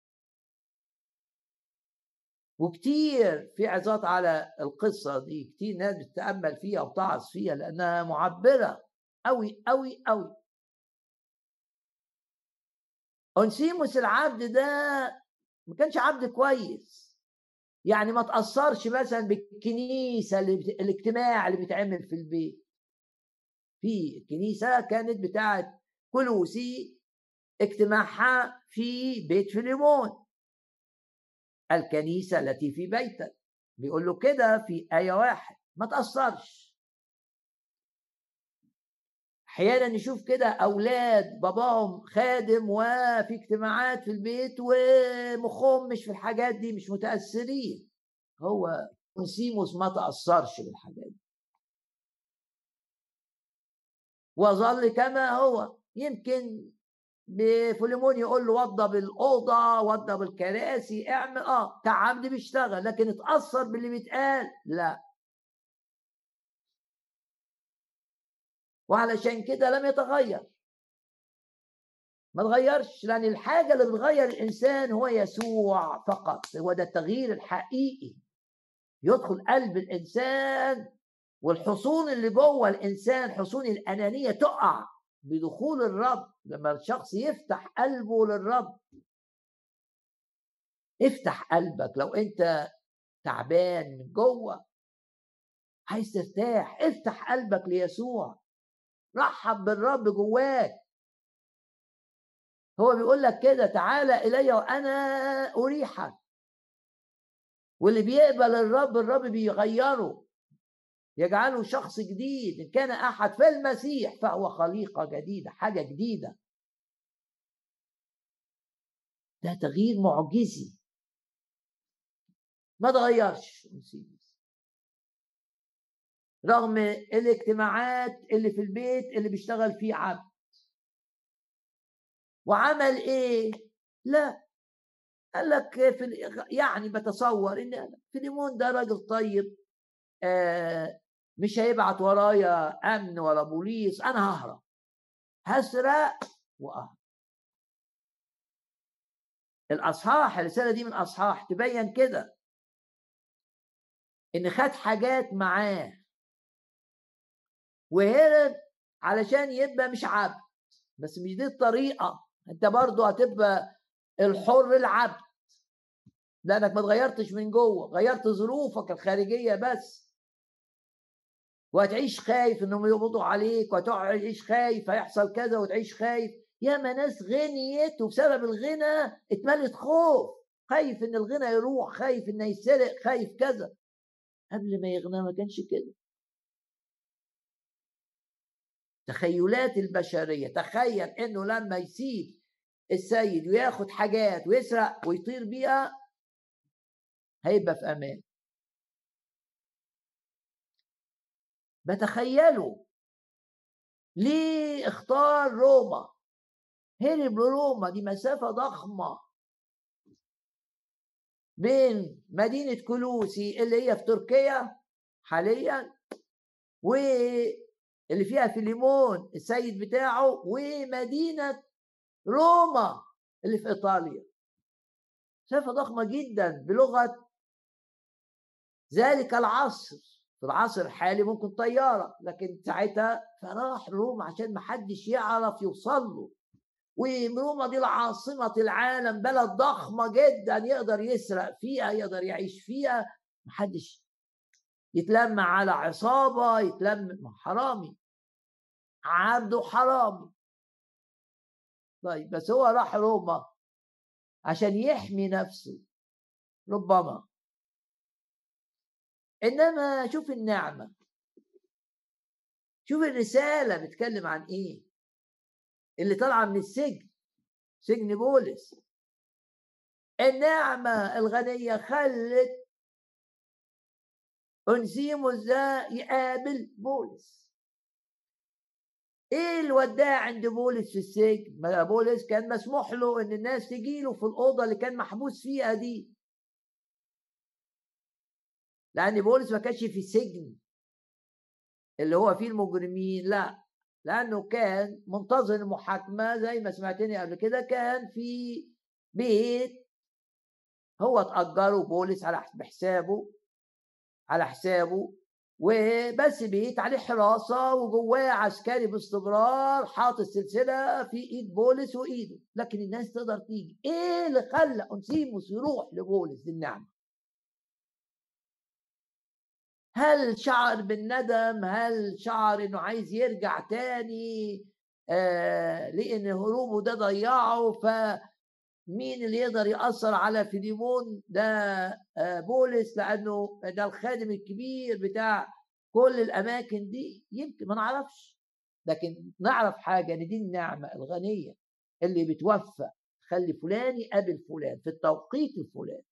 وكتير في عظات على القصة دي، كتير ناس بتتأمل فيها وتعظ فيها لأنها معبرة أوي أوي أوي. أنسيموس العبد ده ما كانش عبد كويس، يعني ما تأثرش مثلا بالكنيسة الاجتماع اللي بيتعمل في البيت. في الكنيسة كانت بتاعت كلوسي اجتماعها في بيت فيليمون، الكنيسة التي في بيتك. بيقول له كده في آية 1، ما تأثرش. احيانا نشوف كده اولاد باباهم خادم وفي اجتماعات في البيت ومخهم مش في الحاجات دي، مش متاثرين. هو أنسيموس ما تاثرش بالحاجات دي وظل كما هو. يمكن بفليمون يقول له وضب الاوضه، وضب الكراسي، اعمل كعبد بيشتغل، لكن اتاثر باللي بيتقال لا. وعلشان كده لم يتغير. ما تغيرش، لأن الحاجة اللي بتغير الإنسان هو يسوع فقط. هو ده التغيير الحقيقي، يدخل قلب الإنسان، والحصون اللي جوه الإنسان، حصون الأنانية، تقع بدخول الرب. لما الشخص يفتح قلبه للرب. افتح قلبك لو أنت تعبان من جوه عايز ترتاح، افتح قلبك ليسوع، رحب بالرب جواك. هو بيقول لك كده: تعالى إلي وأنا أريحك. واللي بيقبل الرب بيغيره، يجعله شخص جديد. إن كان أحد في المسيح فهو خليقة جديدة، حاجة جديدة. ده تغيير معجزي، ما تغيرش رغم الاجتماعات اللي في البيت اللي بيشتغل فيه عبد. وعمل ايه؟ لا، قال لك يعني بتصور ان فيليمون ده راجل طيب، مش هيبعت ورايا امن ولا بوليس، انا ههرب، هسرق واهرب. الاصحاح، الرساله دي من اصحاح تبين كده ان خد حاجات معاه وهرب علشان يبقى مش عبد. بس مش دي الطريقه، انت برضو هتبقى الحر العبد، لانك ما اتغيرتش من جوه، غيرت ظروفك الخارجيه بس. وهتعيش خايف انهم يقبضوا عليك، وهتعيش خايف هيحصل كذا، وتعيش خايف. ياما ناس غنيت وبسبب الغنى اتملت خوف، خايف ان الغنى يروح، خايف انه يسرق، خايف كذا. قبل ما يغنى ما كانش كده. تخيلات البشريه، تخيل انه لما يسيب السيد وياخد حاجات ويسرق ويطير بيها هيبقى في امان. بتخيله ليه اختار روما، هرب لروما. دي مسافة ضخمة بين مدينة كلوسي اللي هي في تركيا حاليا، واللي فيها فيليمون السيد بتاعه، ومدينة روما اللي في إيطاليا. مسافة ضخمة جدا بلغة ذلك العصر. في العصر الحالي ممكن طيارة، لكن ساعتها فراح روما عشان محدش يعرف يوصل له. وروما دي عاصمة العالم، بلد ضخمة جدا، يقدر يسرق فيها، يقدر يعيش فيها، محدش يتلم على عصابة، يتلم حرامي، عبده حرامي. طيب بس هو راح روما عشان يحمي نفسه ربما. إنما شوف النعمة، شوف الرسالة بتكلم عن إيه اللي طالعة من السجن، سجن بولس. النعمة الغنية خلت أنسيموس ده يقابل بولس. ايه اللي وداه عند بولس في السجن؟ ما بولس كان مسموح له ان الناس تجي له في الاوضه اللي كان محبوس فيها دي، لان بولس ما كانش في السجن اللي هو فيه المجرمين، لا، لانه كان منتظر المحاكمه زي ما سمعتني قبل كده. كان في بيت هو تأجره بولس على حسابه، وبس بيت عليه حراسة وجواه عسكري باستمرار حاطط سلسلة في ايد بولس وايده، لكن الناس تقدر تيجي. ايه اللي خلى أنسيموس يروح لبولس؟ دي النعمة. هل شعر بالندم؟ هل شعر انه عايز يرجع تاني؟ لان هروبه ده ضيعه. فمين اللي يقدر يأثر على فيليمون ده؟ بولس، لانه ده الخادم الكبير بتاع كل الاماكن دي. يمكن ما نعرفش، لكن نعرف حاجه، ان دي النعمه الغنيه اللي بتوفق خلي فلان يقابل فلان في التوقيت الفلاني.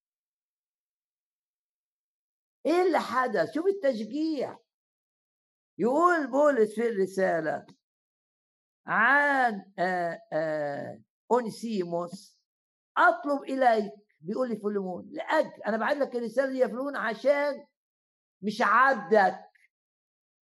ايه اللي حدث؟ شوف التشجيع. يقول بولس في الرساله عن أونسيموس: اطلب اليك، بيقول لي فيليمون، لاجل انا بعت لك الرساله دي يا فيليمون عشان مش عبدك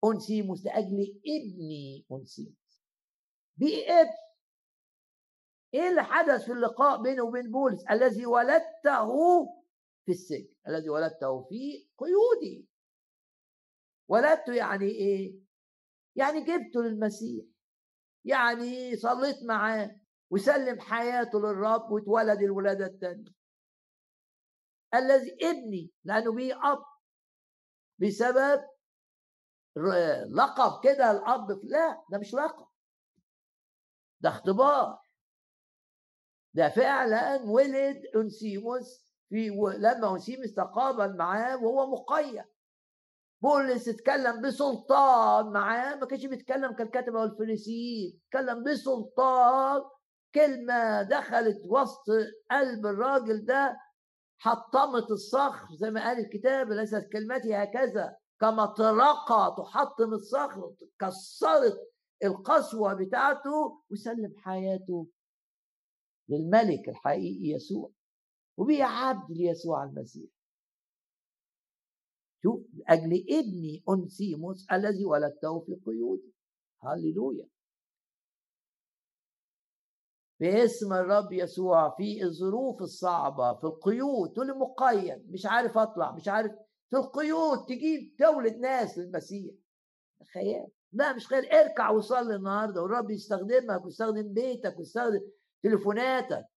أونسيموس، لاجل ابني أونسيموس. بابن ايه اللي حدث في اللقاء بينه وبين بولس؟ الذي ولدته في السجن، الذي ولدته في قيودي. ولدته يعني ايه؟ يعني جبته للمسيح، يعني صليت معاه وسلم حياته للرب واتولد الولادة الثانية. الذي ابني، لأنه بيه أب بسبب لقب كده الأب، لا ده مش لقب، ده اختبار. ده فعلا ولد أنسيموس لما أنسيموس تقابل معاه وهو مقيد. بولس اتكلم بسلطان معاه، ما كانش بيتكلم كالكتبة والفريسيين، اتكلم بسلطان. كلمة دخلت وسط قلب الراجل ده حطمت الصخر، زي ما قال الكتاب ليست كلمتي هكذا كما طرقة تحطم الصخر، كسرت القسوة بتاعته وسلم حياته للملك الحقيقي يسوع، وبقي عبد ليسوع المسيح. شوف، لأجل ابني أنسيموس الذي ولدته في قيودي. هللويا. باسم الرب يسوع، في الظروف الصعبة، في القيود، تقول لي مقيد مش عارف أطلع، مش عارف، في القيود تجيب تولد ناس للمسيح. خيال، لا مش خيال. اركع وصلي النهارده والرب يستخدمك ويستخدم بيتك ويستخدم تليفوناتك.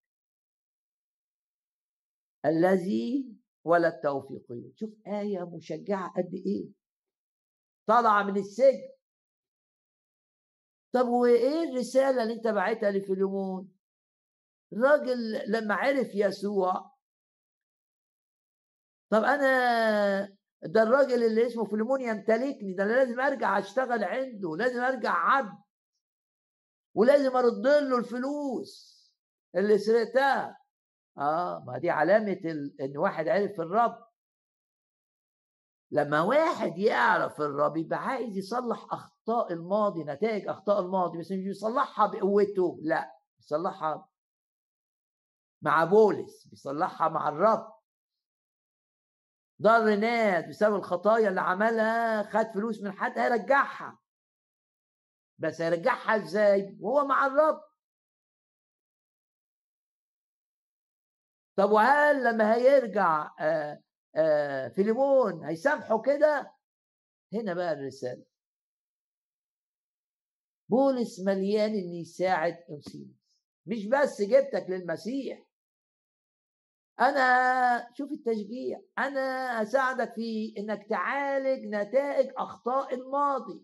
الذي ولدته في قيود. شوف آية مشجعة قد إيه، طالعة من السجن. طب وإيه الرسالة اللي أنت بعتها لفيليمون؟ الراجل لما عرف يسوع، طب أنا ده الراجل اللي اسمه فيليمون يمتلكني، ده أنا لازم أرجع أشتغل عنده، لازم أرجع عبد، ولازم أرد له الفلوس اللي سرقتها. ما دي علامة إن واحد عرف الرب. لما واحد يعرف الرب يبقى عايز يصلح أخطاء الماضي، نتائج أخطاء الماضي، بس مش بيصلحها بقوته، لا، بيصلحها مع بولس، بيصلحها مع الرب. ضر ناس بسبب الخطايا اللي عملها، خد فلوس من حد، هيرجعها، بس هيرجعها ازاي؟ وهو مع الرب. طب وهل لما هيرجع فيليمون هيسامحه كده؟ هنا بقى الرسالة. بولس مليان ان يساعد انسيموس، مش بس جبتك للمسيح، انا شوف التشجيع، انا اساعدك في انك تعالج نتائج اخطاء الماضي.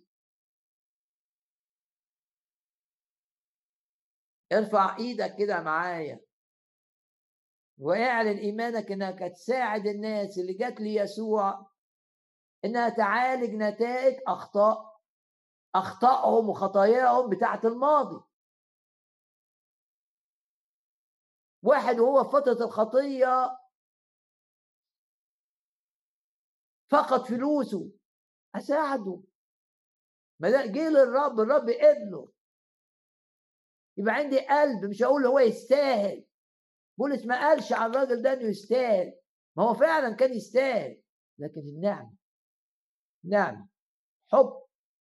ارفع ايدك كده معايا واعلن ايمانك انك هتساعد الناس اللي جت ليسوع انها تعالج نتائج اخطائهم وخطاياهم بتاعه الماضي. واحد وهو في فتره الخطيه فقد فلوسه، اساعده. ما ده جه للرب، الرب قبله، يبقى عندي قلب. مش هقول هو يستاهل، بولس ما قالش على الراجل ده انه يستاهل، ما هو فعلا كان يستاهل، لكن النعمه، نعمه، حب.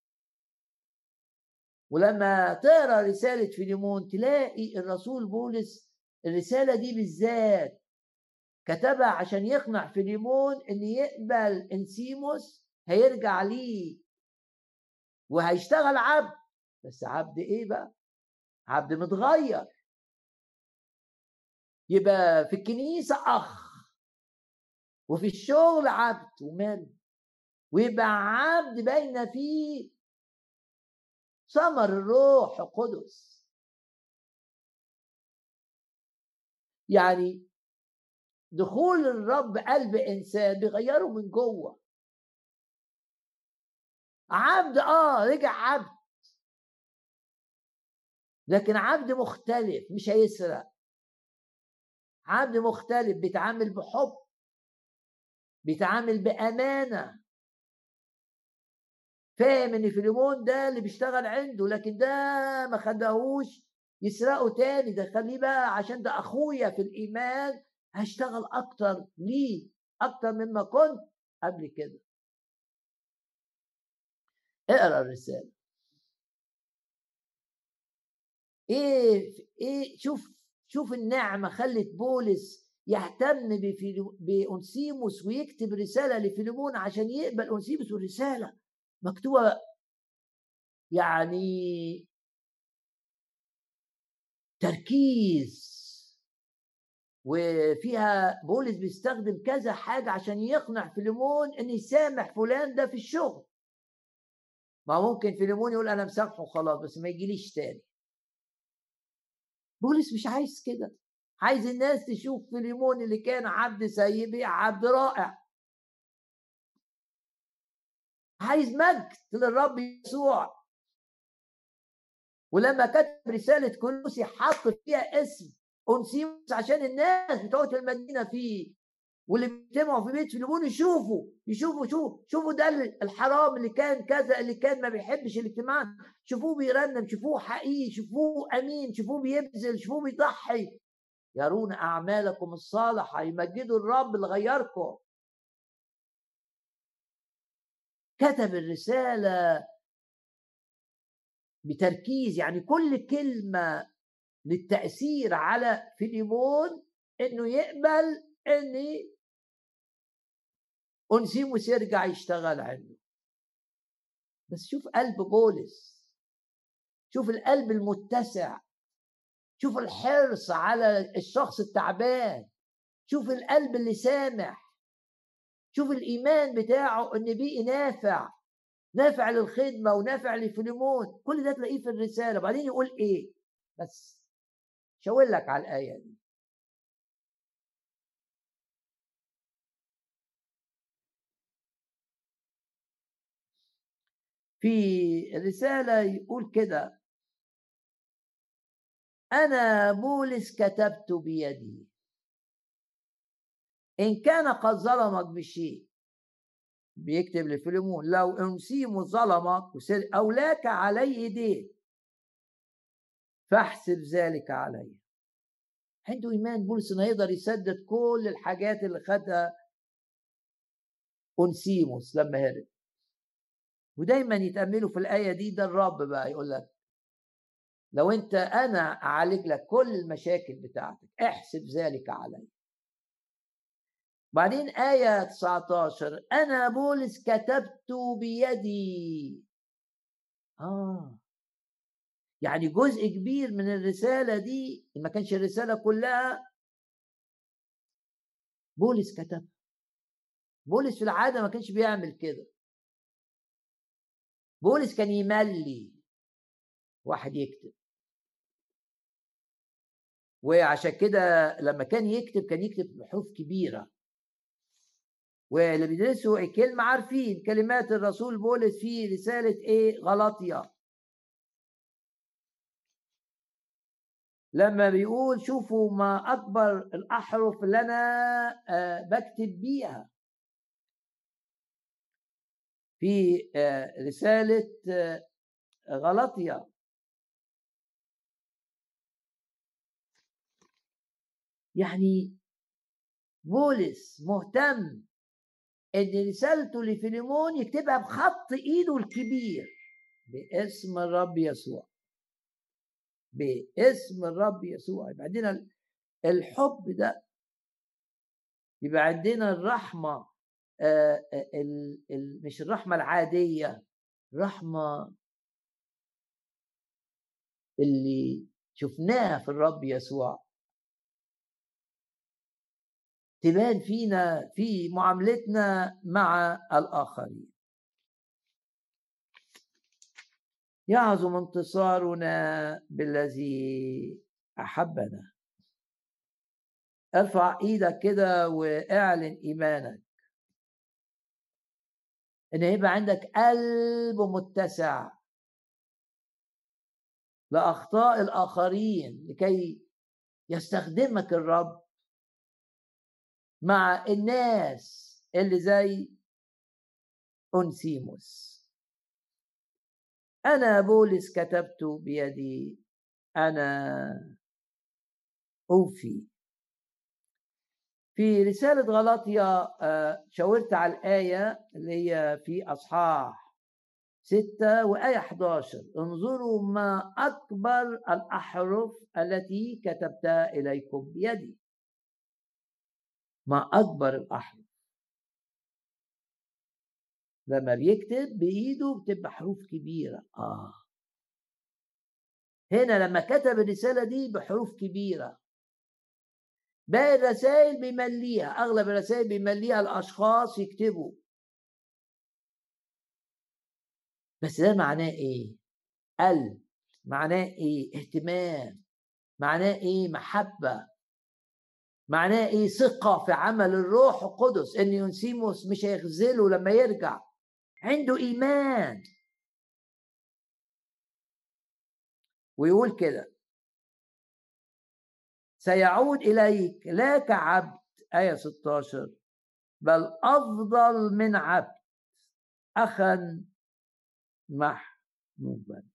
ولما تقرا رساله فيليمون تلاقي الرسول بولس الرساله دي بالذات كتبها عشان يقنع فيليمون ان يقبل انسيموس، هيرجع ليه وهيشتغل عبد. بس عبد ايه بقى؟ عبد متغير. يبقى في الكنيسه اخ، وفي الشغل عبد ومال، ويبقى عبد باينه فيه ثمر الروح القدس. يعني دخول الرب قلب انسان بيغيره من جوه. عبد رجع عبد، لكن عبد مختلف، مش هيسرق. عبد مختلف، بيتعامل بحب، بيتعامل بأمانة، فاهم ان فيليمون ده اللي بيشتغل عنده، لكن ده ما خدهوش يسرقه تاني، ده خليه بقى عشان ده اخويا في الايمان، هشتغل اكتر ليه، اكتر مما كنت قبل كده. اقرا الرساله. ايه شوف شوف النعمة خلت بولس يهتم بأنسيموس ويكتب رسالة لفيليمون عشان يقبل أنسيموس، والرسالة مكتوبة يعني تركيز، وفيها بولس بيستخدم كذا حاجة عشان يقنع فيليمون ان يسامح فلان ده في الشغل. ما ممكن فيليمون يقول انا مسامحه خلاص بس ما يجيليش تاني. بولس مش عايز كده، عايز الناس تشوف فيليمون اللي كان عبد سيء عبد رائع. عايز مجد للرب يسوع. ولما كتب رسالة كولوسي حط فيها اسم أنسيموس عشان الناس بتوع المدينة فيه واللي بيجتمعوا في بيت فيليمون شوفوا ده الحرام اللي كان كذا، اللي كان ما بيحبش الاجتماع، شوفوه بيرنم، شوفوه حقيقي، شوفوه امين، شوفوه بيبذل، شوفوه بيضحي. يرون اعمالكم الصالحه يمجدوا الرب اللي غيركم. كتب الرساله بتركيز، يعني كل كلمه للتاثير على فيليمون انه يقبل ان أنسيموس يرجع يشتغل عنده. بس شوف قلب بولس، شوف القلب المتسع، شوف الحرص على الشخص التعبان، شوف القلب اللي سامح، شوف الإيمان بتاعه إن بيه نافع للخدمة ونافع لفيليمون. كل ده تلاقيه في الرسالة. بعدين يقول إيه؟ بس شاور لك على الآية دي. في الرسالة يقول كده: أنا بولس كتبت بيدي إن كان قد ظلمك بشيء. بيكتب لفيليمون: لو أنسيموس ظلمك أو لاك عليه دين فاحسب ذلك عليه. عنده إيمان بولس إنه يقدر يسدد كل الحاجات اللي خدها أنسيموس لما هرب. ودايما يتأملوا في الآية دي. ده الرب بقى يقول لك لو أنا أعالج لك كل المشاكل بتاعتك احسب ذلك علي. بعدين آية 19: أنا بولس كتبت بيدي. يعني جزء كبير من الرسالة دي، ما كانش الرسالة كلها، بولس كتب. بولس في العادة ما كانش بيعمل كده. بولس كان يملي واحد يكتب، وعشان كده لما كان يكتب بحروف كبيرة. واللي بيدرسوا الكلمة عارفين كلمات الرسول بولس في رسالة غلاطيا، لما بيقول شوفوا ما أكبر الأحرف اللي أنا بكتب بيها في رسالة غلاطيا. يعني بولس مهتم ان رسالته لفيليمون يكتبها بخط ايده الكبير باسم الرب يسوع، باسم الرب يسوع. يبقى عندنا الحب ده، يبقى عندنا الرحمة، مش الرحمة العادية، الرحمة اللي شفناها في الرب يسوع تبان فينا في معاملتنا مع الآخرين. يعظم انتصارنا بالذي أحبنا. ارفع ايدك كده واعلن ايمانك ان يبقى عندك قلب متسع لاخطاء الاخرين لكي يستخدمك الرب مع الناس اللي زي أنسيموس. أنا بولس كتبت بيدي أنا أوفي. في رسالة غلاطيا شاورت على الآية اللي هي في أصحاح 6 وآية 11: انظروا ما أكبر الأحرف التي كتبتها إليكم بيدي. ما أكبر الأحرف. لما بيكتب بإيده بتبقى حروف كبيرة. هنا لما كتب الرسالة دي بحروف كبيرة. باقي الرسائل بيمليها، أغلب الرسائل بيمليها الأشخاص يكتبوا. بس ده معناه إيه؟ قلب. معناه إيه؟ اهتمام. معناه إيه؟ محبة. معناه إيه؟ ثقة في عمل الروح القدس، إن يونسيموس مش هيخذله لما يرجع. عنده إيمان. ويقول كده: سيعود إليك لا كعبد، آية 16، بل أفضل من عبد، أخا محبوبا.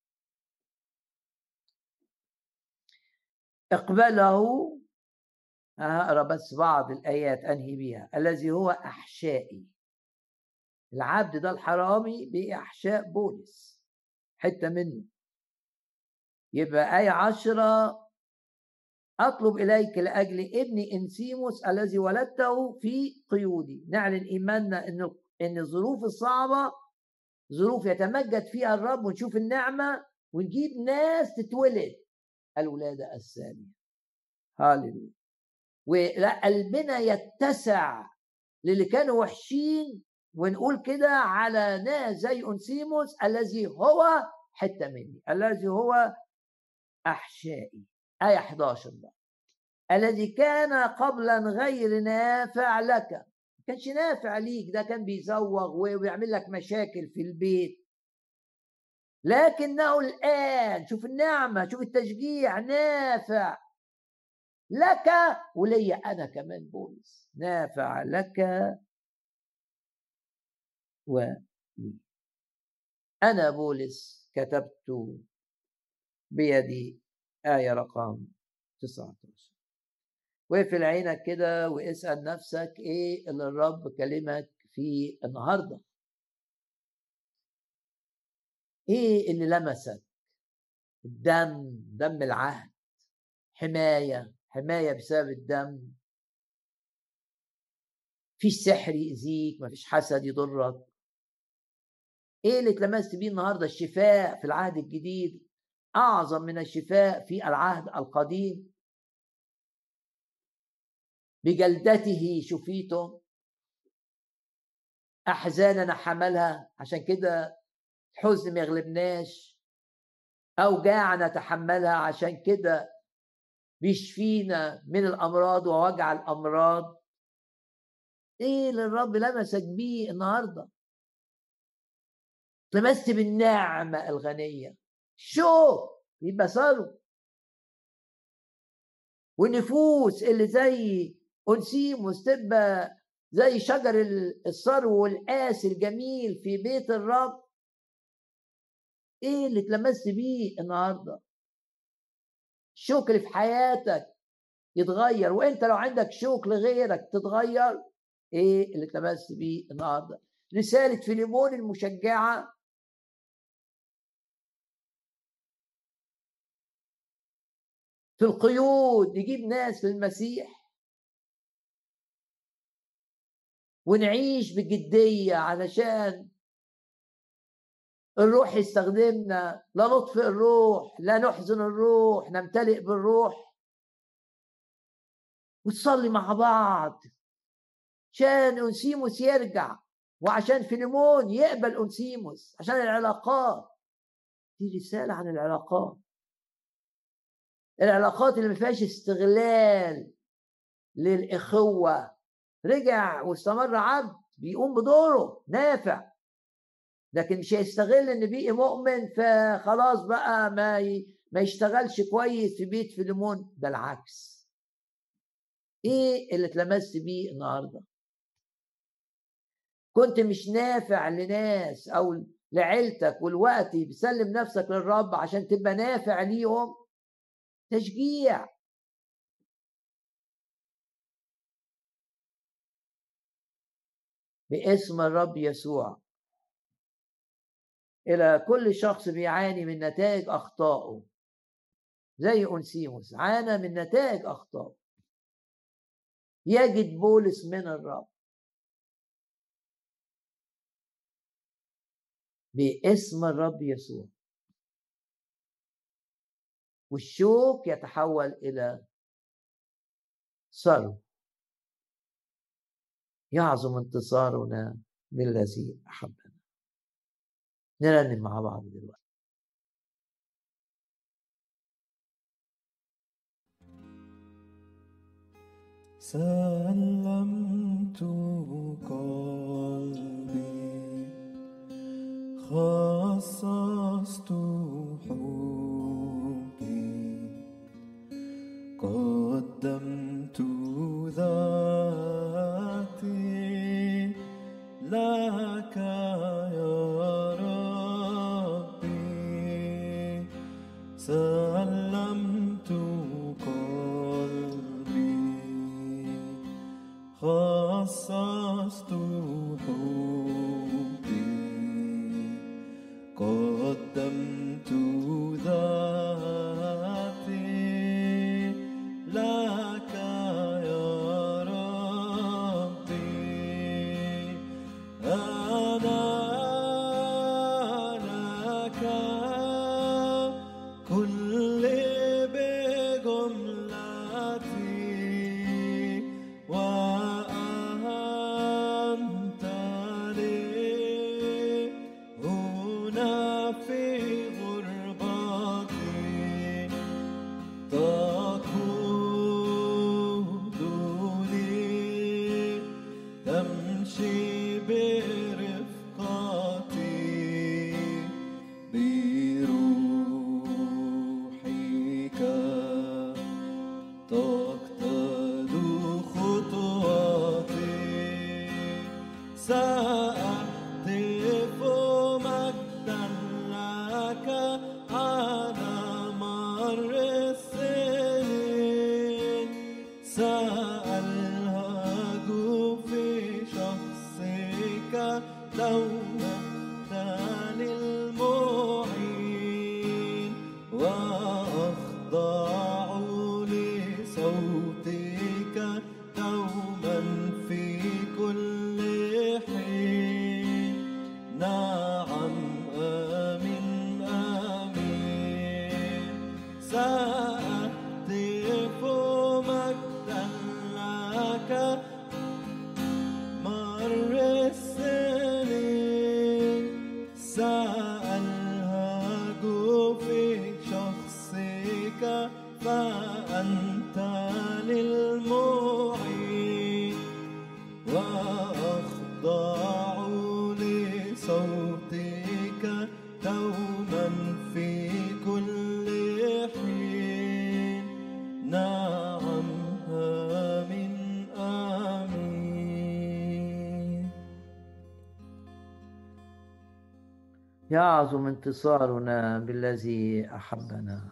اقبله. أقرأ بس بعض الآيات أنهي بيها. الذي هو أحشائي. العبد ده الحرامي بأحشاء بولس، حتة منه. يبقى آية 10: أطلب إليك لأجل ابني إنسيموس الذي ولدته في قيودي. نعلن إيماننا إن الظروف الصعبة ظروف يتمجد فيها الرب، ونشوف النعمة ونجيب ناس تتولد الولادة الثانية. هاللويا. وقلبنا يتسع للي كانوا وحشين، ونقول كده على ناس زي أنسيموس الذي هو حتة مني، الذي هو أحشائي. آية 11 بقى: الذي كان قبلا غير نافع لك. ما كانش نافع ليك، ده كان بيزوغ ويعمل لك مشاكل في البيت، لكنه الآن، شوف النعمة، شوف التشجيع، نافع لك ولي أنا كمان بولس، نافع لك ولي. أنا بولس كتبت بيدي. آية رقم 19. واقفل عينك كده واسأل نفسك إيه اللي الرب كلمك فيه النهاردة. إيه اللي لمسك؟ الدم، دم العهد، حماية بسبب الدم. مفيش سحر يأذيك، مفيش حسد يضرك. ايه اللي اتلمست بيه النهارده؟ الشفاء في العهد الجديد اعظم من الشفاء في العهد القديم. بجلدته شفيتم، احزاننا حملها، عشان كده الحزن ما يغلبناش. اوجاعنا تحملها، عشان كده بيشفينا من الامراض ووجع الامراض. ايه اللي الرب لمسك بيه النهارده؟ لمست بالنعمه الغنيه. شو يبقى صاروا. والنفوس اللي زي أنسيموس تبقى زي شجر الثرو والقاس الجميل في بيت الرب. ايه اللي اتلمست بيه النهارده؟ الشوك اللي في حياتك يتغير، وانت لو عندك شوك لغيرك تتغير. ايه اللي اتلمست بيه النهارده؟ رسالة فيليمون المشجعة. في القيود نجيب ناس للمسيح ونعيش بجدية علشان الروح يستخدمنا. لا نطفئ الروح، لا نحزن الروح، نمتلئ بالروح. وتصلي مع بعض عشان أنسيموس يرجع، وعشان فيليمون يقبل أنسيموس، عشان العلاقات دي. رسالة عن العلاقات، العلاقات اللي ما فيهاش استغلال للإخوة. رجع واستمر عبد بيقوم بدوره نافع، لكن مش هيستغل ان بقي مؤمن فخلاص بقى ما يشتغلش كويس في بيت فيليمون. ده العكس. ايه اللي اتلمست بيه النهارده؟ كنت مش نافع لناس او لعيلتك والوقت بسلم نفسك للرب عشان تبقى نافع ليهم. تشجيع. باسم الرب يسوع إلى كل شخص بيعاني من نتائج أخطائه، زي أونسيموس عانى من نتائج أخطائه، يجد بولس من الرب باسم الرب يسوع، والشوك يتحول إلى ثروة. يعظم انتصارنا بالذي أحبنا. نرنم مع بعض دلوقتي. سلمت قلبي، خصصت حبي، قدمت ذاتي لك يا ربي. سلمت قلبي، خصصت حبي، قدمت ذاتي لك يا ربي. أنا لك كل بجملتي، وأنت لي هنا في غربتي، تقودني تمشي برفقتي، بروحك تقتد خطواتي. سأهتف مجدا لك على مر السنين، سألهج في شخصك دوما للمعين، وأخضع لصوتك دوما في كل حين. نعم آمين آمين. سأهتف مجدا لك مر السنين، سألهج في شخصك فأنت للمعين، وأخضع لصوتك دوما في كل حين. نعم آمين آمين. يعظم انتصارنا بالذي أحبنا.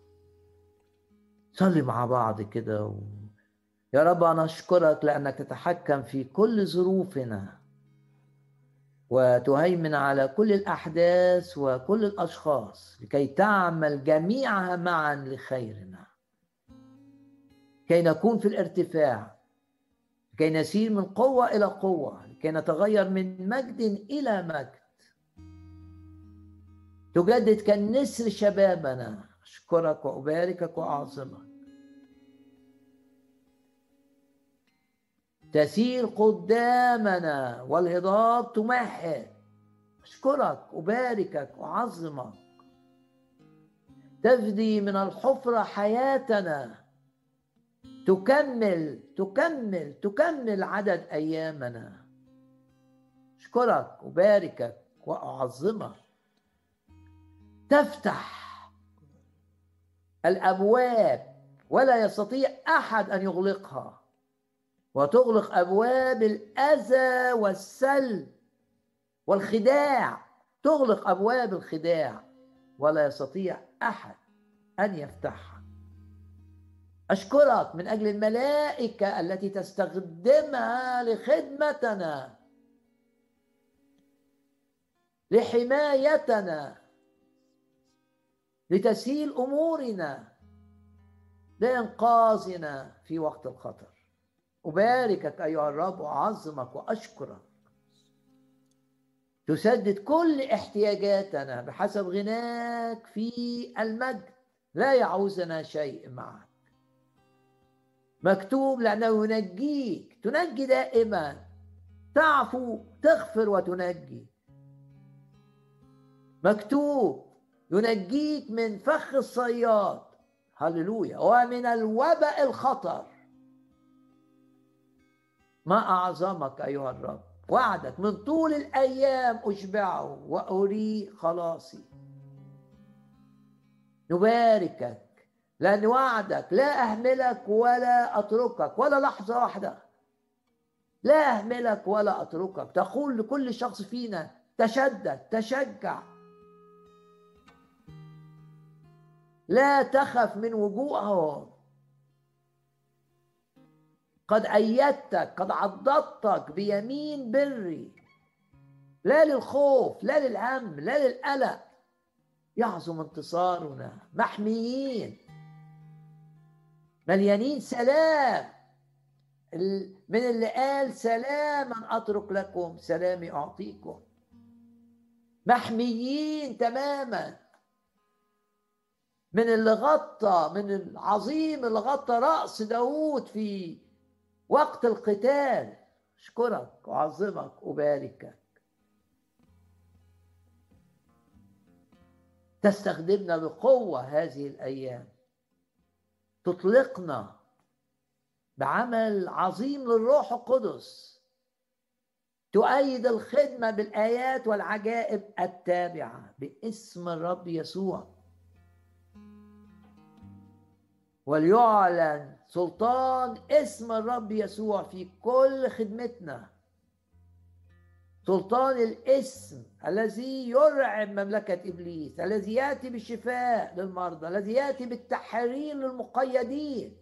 صلي مع بعض كده يا رب أنا أشكرك لأنك تتحكم في كل ظروفنا، وتهيمن على كل الأحداث وكل الأشخاص، لكي تعمل جميعها معا لخيرنا، كي نكون في الارتفاع، لكي نسير من قوة إلى قوة، لكي نتغير من مجد إلى مجد، تجدد كالنسر شبابنا. أشكرك وأباركك وأعظمك. تسير قدامنا والهضاب تمهد. أشكرك أباركك وأعظمك. تفدي من الحفرة حياتنا، تكمل عدد أيامنا. أشكرك أباركك وأعظمك. تفتح الأبواب ولا يستطيع أحد أن يغلقها، وتغلق أبواب الأذى والسلب والخداع، تغلق أبواب الخداع ولا يستطيع أحد أن يفتحها. أشكرك من أجل الملائكة التي تستخدمها لخدمتنا، لحمايتنا، لتسهيل أمورنا، لإنقاذنا في وقت الخطر. أباركك أيها الرب وأعظمك وأشكرك. تسدد كل احتياجاتنا بحسب غناك في المجد، لا يعوزنا شيء معك. مكتوب لأنه ينجيك، تنجي دائما، تعفو، تغفر وتنجي. مكتوب ينجيك من فخ الصياد، هللويا، ومن الوباء الخطر. ما أعظمك أيها الرب، وعدك من طول الأيام أشبعه وأري خلاصي. نباركك لأن وعدك لا أهملك ولا أتركك ولا لحظة واحدة، لا أهملك ولا أتركك. تقول لكل شخص فينا تشدد، تشجع، لا تخف من وجوههم، قد أيدتك، قد عضدتك بيمين بري. لا للخوف، لا للهم، لا للقلق، يعظم انتصارنا، محميين، مليانين سلام، من اللي قال سلاما أترك لكم سلامي أعطيكم. محميين تماما من اللي غطى، من العظيم اللي غطى رأس داود في وقت القتال. أشكرك وأعظمك وباركك. تستخدمنا بقوة هذه الأيام، تطلقنا بعمل عظيم للروح القدس، تؤيد الخدمة بالآيات والعجائب التابعة باسم الرب يسوع. وليعلن سلطان اسم الرب يسوع في كل خدمتنا، سلطان الاسم الذي يرعب مملكة إبليس، الذي يأتي بالشفاء للمرضى، الذي يأتي بالتحرير للمقيدين.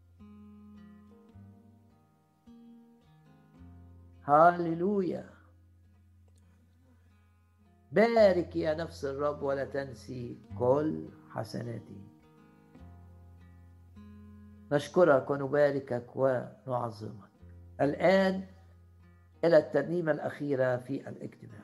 هاليلويا. بارك يا نفس الرب ولا تنسي كل حسناته. نشكرك ونباركك ونعظمك. الآن إلى الترنيمة الأخيرة في الاجتماع.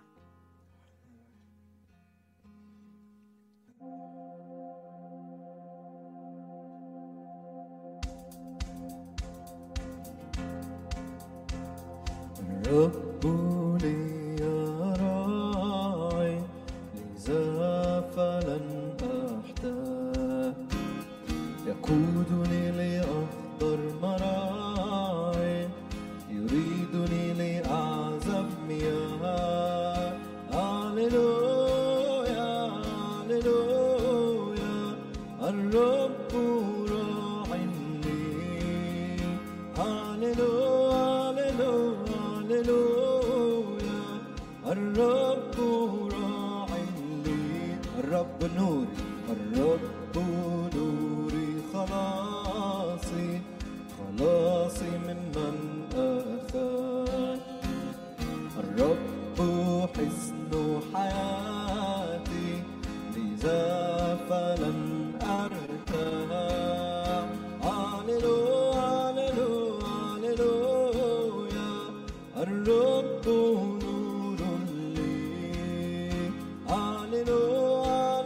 الرب لي راعي، لذا فلن أحتاج. يقودني لأخضر مراعي، يريدني لأعذب مياه. هاليلويا هاليلويا، الرب راع لي. هاليلويا هاليلويا، الرب راع لي. الرب نوري، الرب نوري، خلاصي خلاصي ممن أخاف. الرب حصن حياتي، لذا فلن أرتاع. هاليلويا هاليلويا، الرب نور لي. هاليلويا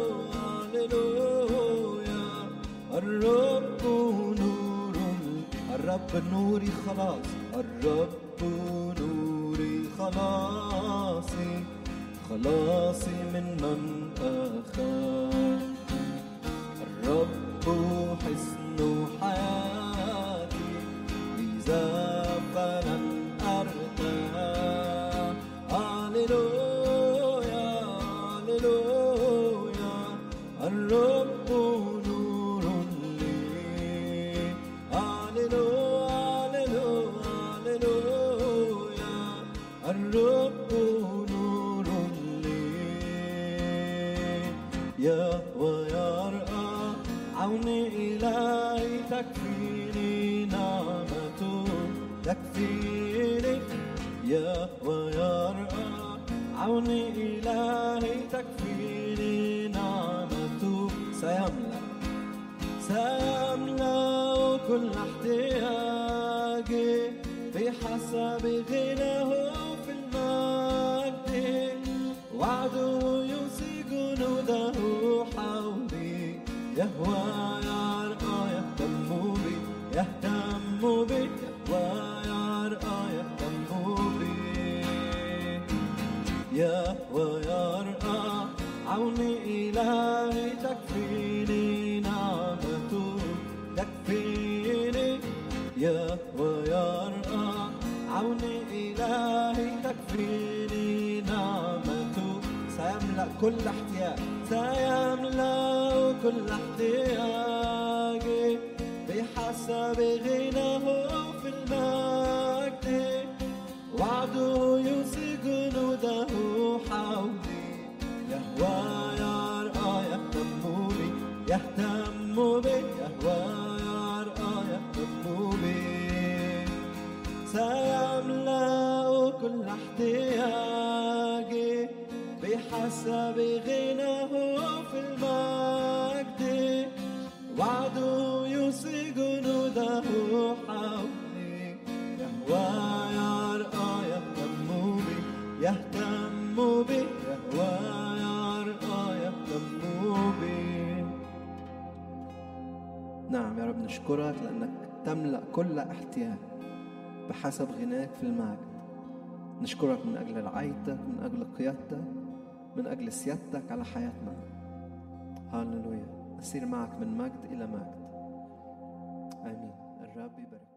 هاليلويا، الرب نور. الرب نوري خلاص، الرب نوري خلاصي خلاصي ممن أخاف. الرب حصن حياتي، لذا فلن أرتاع. هاليلويا هاليلويا، الرب نور لي. هاليلويا هاليلويا، الرب نور لي. يهوى يرأى عوني إلهي، تكفيني نعمة تكفيني. يهوى يرأى عوني إلهي، كل احتياجي بحسب غناه في المجد. وعده يوصي جنوده حولي، يهوى يرقى يهتم بي، يهتم بي، يهوى يرقى يهتم بي. يهوى يرقى عوني إلهي، تكفيني نعمته تكفيني. يهوى يرقى عوني إلهي، تكفيني نعمته. سيملأ كل احتياج، سيملأ كل احتياجي بحسب غناه في المجد. وعده يوصي جنوده حولي، يهوى يرقى يهتم بي، يهتم بي، يهوى يرقى يهتم بي. سيملأ كل احتياجي بحسب غناه في المجد. وعده يوصي جنوده حولي، يهوى يرقى يهتم بي، يهتم بي، يهوى يرقى يهتم بي. نعم يا رب، نشكرك لأنك تملأ كل احتياج بحسب غناك في المجد. نشكرك من أجل رعايتك، من أجل قيادتك، من أجل سيادتك على حياتنا. هاللويا. نسير معك من مجد إلى مجد. آمين. الرب يبارك.